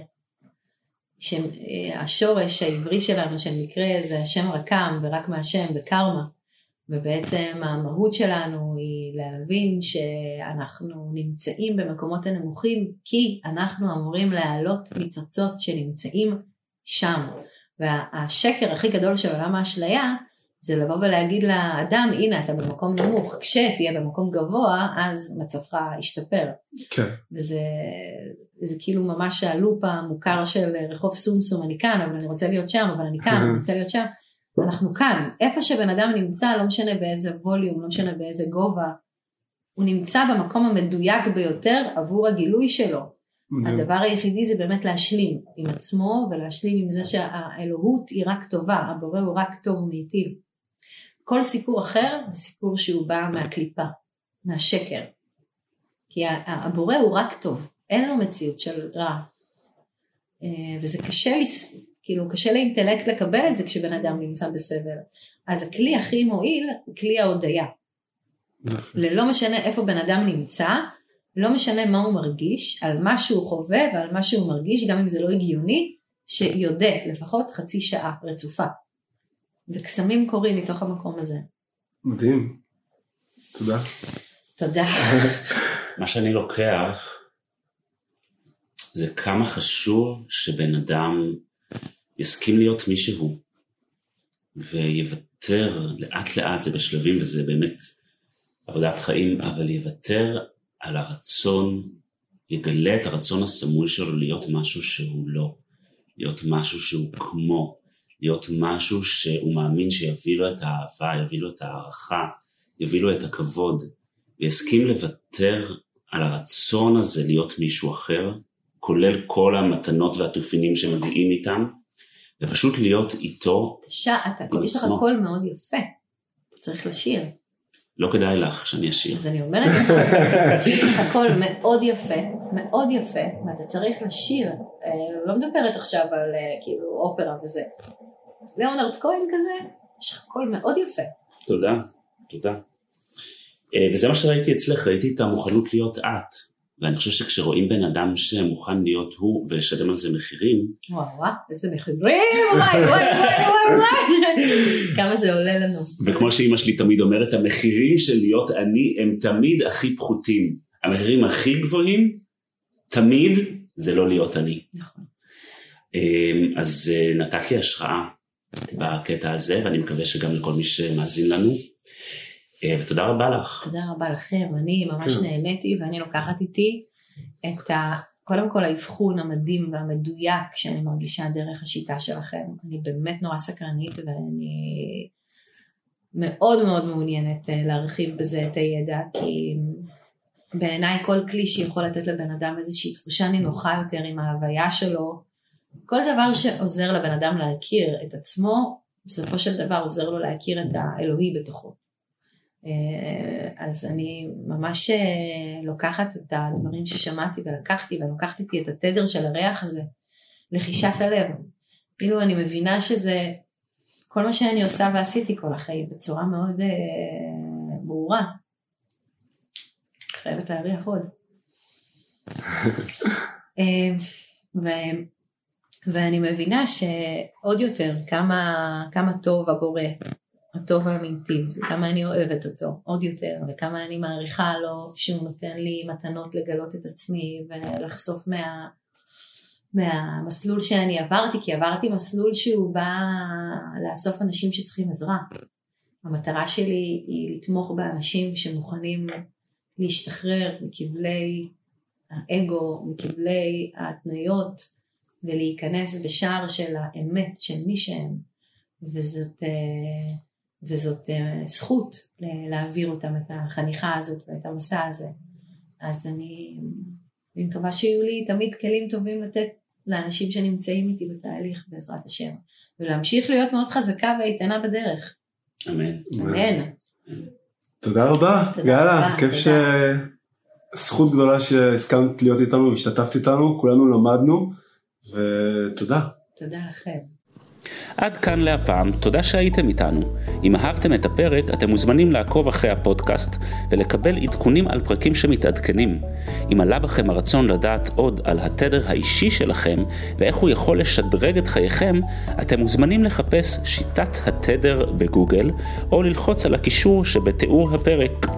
[SPEAKER 1] שהשורש העברי שלנו של מקרה זה השם רקם ורק מהשם וקרמה, ובעצם המהות שלנו היא להבין שאנחנו נמצאים במקומות הנמוכים כי אנחנו אמורים להעלות ניצוצות שנמצאים שם. והשקר הכי גדול של עולם האשליה זה לבוא ולהגיד לאדם, הנה אתה במקום נמוך, כשתהיה במקום גבוה אז מצבך ישתפר.
[SPEAKER 3] כן.
[SPEAKER 1] וזה זה כאילו ממש הלופ המוכר של רחוב סומסום, אני כאן אבל אני רוצה להיות שם, אבל אני כאן, אני רוצה להיות שם. אנחנו כאן, איפה שבן אדם נמצא, לא משנה באיזה ווליום, לא משנה באיזה גובה, הוא נמצא במקום המדויק ביותר עבור הגילוי שלו. הדבר היחידי זה באמת להשלים עם עצמו, ולהשלים עם זה שהאלוהות היא רק טובה, הבורא הוא רק טוב ומיטיב. כל סיפור אחר זה סיפור שהוא בא מהקליפה, מהשקר. כי הבורא הוא רק טוב, אין לו מציאות של רע. וזה קשה לספור. כאילו קשה לאינטלקט לקבל את זה כשבן אדם נמצא בסבל. אז הכלי הכי מועיל הוא כלי ההודיה. ללא משנה איפה בן אדם נמצא, לא משנה מה הוא מרגיש, על מה שהוא חווה ועל מה שהוא מרגיש, גם אם זה לא הגיוני, שיודע לפחות חצי שעה רצופה. וקסמים קורים מתוך המקום הזה.
[SPEAKER 3] מדהים. תודה.
[SPEAKER 1] תודה.
[SPEAKER 2] מה שאני לוקח, זה כמה חשוב שבן אדם יסכים להיות מישהו, ויוותר לאט לאט, זה בשלבים וזה באמת עבודת חיים, אבל יוותר על הרצון, יגלה את הרצון הסמוי שלו להיות משהו שהוא לא, להיות משהו שהוא כמו, להיות משהו שהוא מאמין שיביא לו את האהבה, יביא לו את הערכה, יביא לו את הכבוד, ויסכים לוותר על הרצון הזה להיות מישהו אחר, כולל כל המתנות והתופינים שמגיעים איתם, ופשוט להיות איתו
[SPEAKER 1] קשה, אתה, יש לך קול מאוד יפה, אתה צריך לשיר.
[SPEAKER 2] לא כדאי לך שאני אשיר.
[SPEAKER 1] אז אני אומרת לך, שיש לך קול מאוד יפה, מאוד יפה, ואתה צריך לשיר. לא מדברת עכשיו על כאילו אופרה וזה. ליאונרד כהן כזה, יש לך קול מאוד יפה.
[SPEAKER 2] תודה, תודה. וזה מה שראיתי אצלך, ראיתי את המוכנות להיות את. ואני חושב שכשרואים בן אדם שמוכן להיות הוא ולשלם על זה מחירים.
[SPEAKER 1] וואו, וואו, איזה מחירים, וואי, וואי, וואי, וואי, וואי. כמה זה עולה לנו.
[SPEAKER 2] וכמו שאמא שלי תמיד אומרת, המחירים של להיות אני הם תמיד הכי פחותים. המחירים הכי גבוהים, תמיד זה לא להיות אני.
[SPEAKER 1] נכון.
[SPEAKER 2] אז נתת לי השראה בקטע הזה, ואני מקווה שגם לכל מי שמאזין לנו. ותודה רבה לך.
[SPEAKER 1] תודה רבה לכם, אני ממש נהניתי ואני לוקחת איתי את ה... קודם כל האבחון המדהים והמדויק שאני מרגישה דרך השיטה שלכם. אני באמת נורא סקרנית ואני מאוד מאוד מעוניינת להרחיב בזה את הידע, כי בעיניי כל כלי שיכול לתת לבן אדם איזושהי תחושה נינוחה יותר עם ההוויה שלו, כל דבר שעוזר לבן אדם להכיר את עצמו, בסופו של דבר עוזר לו להכיר את האלוהי בתוכו. אז אני ממש לוקחת את הדברים ששמעתי ולקחתי, ולוקחתי איתי את התדר של הריח הזה, לחישת הלב. כאילו אני מבינה שזה כל מה שאני עושה ועשיתי כל החיים, בצורה מאוד ברורה. חייבת להריח עוד. ו... ואני מבינה שעוד יותר כמה, כמה טוב הבורא, הטוב והמיטיב, וכמה אני אוהבת אותו עוד יותר, וכמה אני מעריכה לו שהוא נותן לי מתנות לגלות את עצמי ולחשוף מה, מהמסלול שאני עברתי, כי עברתי מסלול שהוא בא לאסוף אנשים שצריכים עזרה. המטרה שלי היא לתמוך באנשים שמוכנים להשתחרר מכבלי האגו, מכבלי ההתניות, ולהיכנס בשער של האמת של מי שהם, וזאת, וזאת זכות להעביר אותם את החניכה הזאת ואת המסע הזה. אז אני, אני מקווה שיהיו לי תמיד כלים טובים לתת לאנשים שנמצאים איתי בתהליך בעזרת השם, ולהמשיך להיות מאוד חזקה ואיתנה בדרך.
[SPEAKER 2] אמן.
[SPEAKER 1] אמן.
[SPEAKER 3] תודה רבה, גאלה, כיף ש... זכות גדולה שהסכמת להיות איתנו והשתתפת איתנו, כולנו למדנו, ותודה.
[SPEAKER 1] תודה לכם.
[SPEAKER 2] עד כאן להפעם, תודה שהייתם איתנו. אם אהבתם את הפרק, אתם מוזמנים לעקוב אחרי הפודקאסט ולקבל עדכונים על פרקים שמתעדכנים. אם עלה בכם הרצון לדעת עוד על התדר האישי שלכם ואיך הוא יכול לשדרג את חייכם, אתם מוזמנים לחפש שיטת התדר בגוגל או ללחוץ על הקישור שבתיאור הפרק.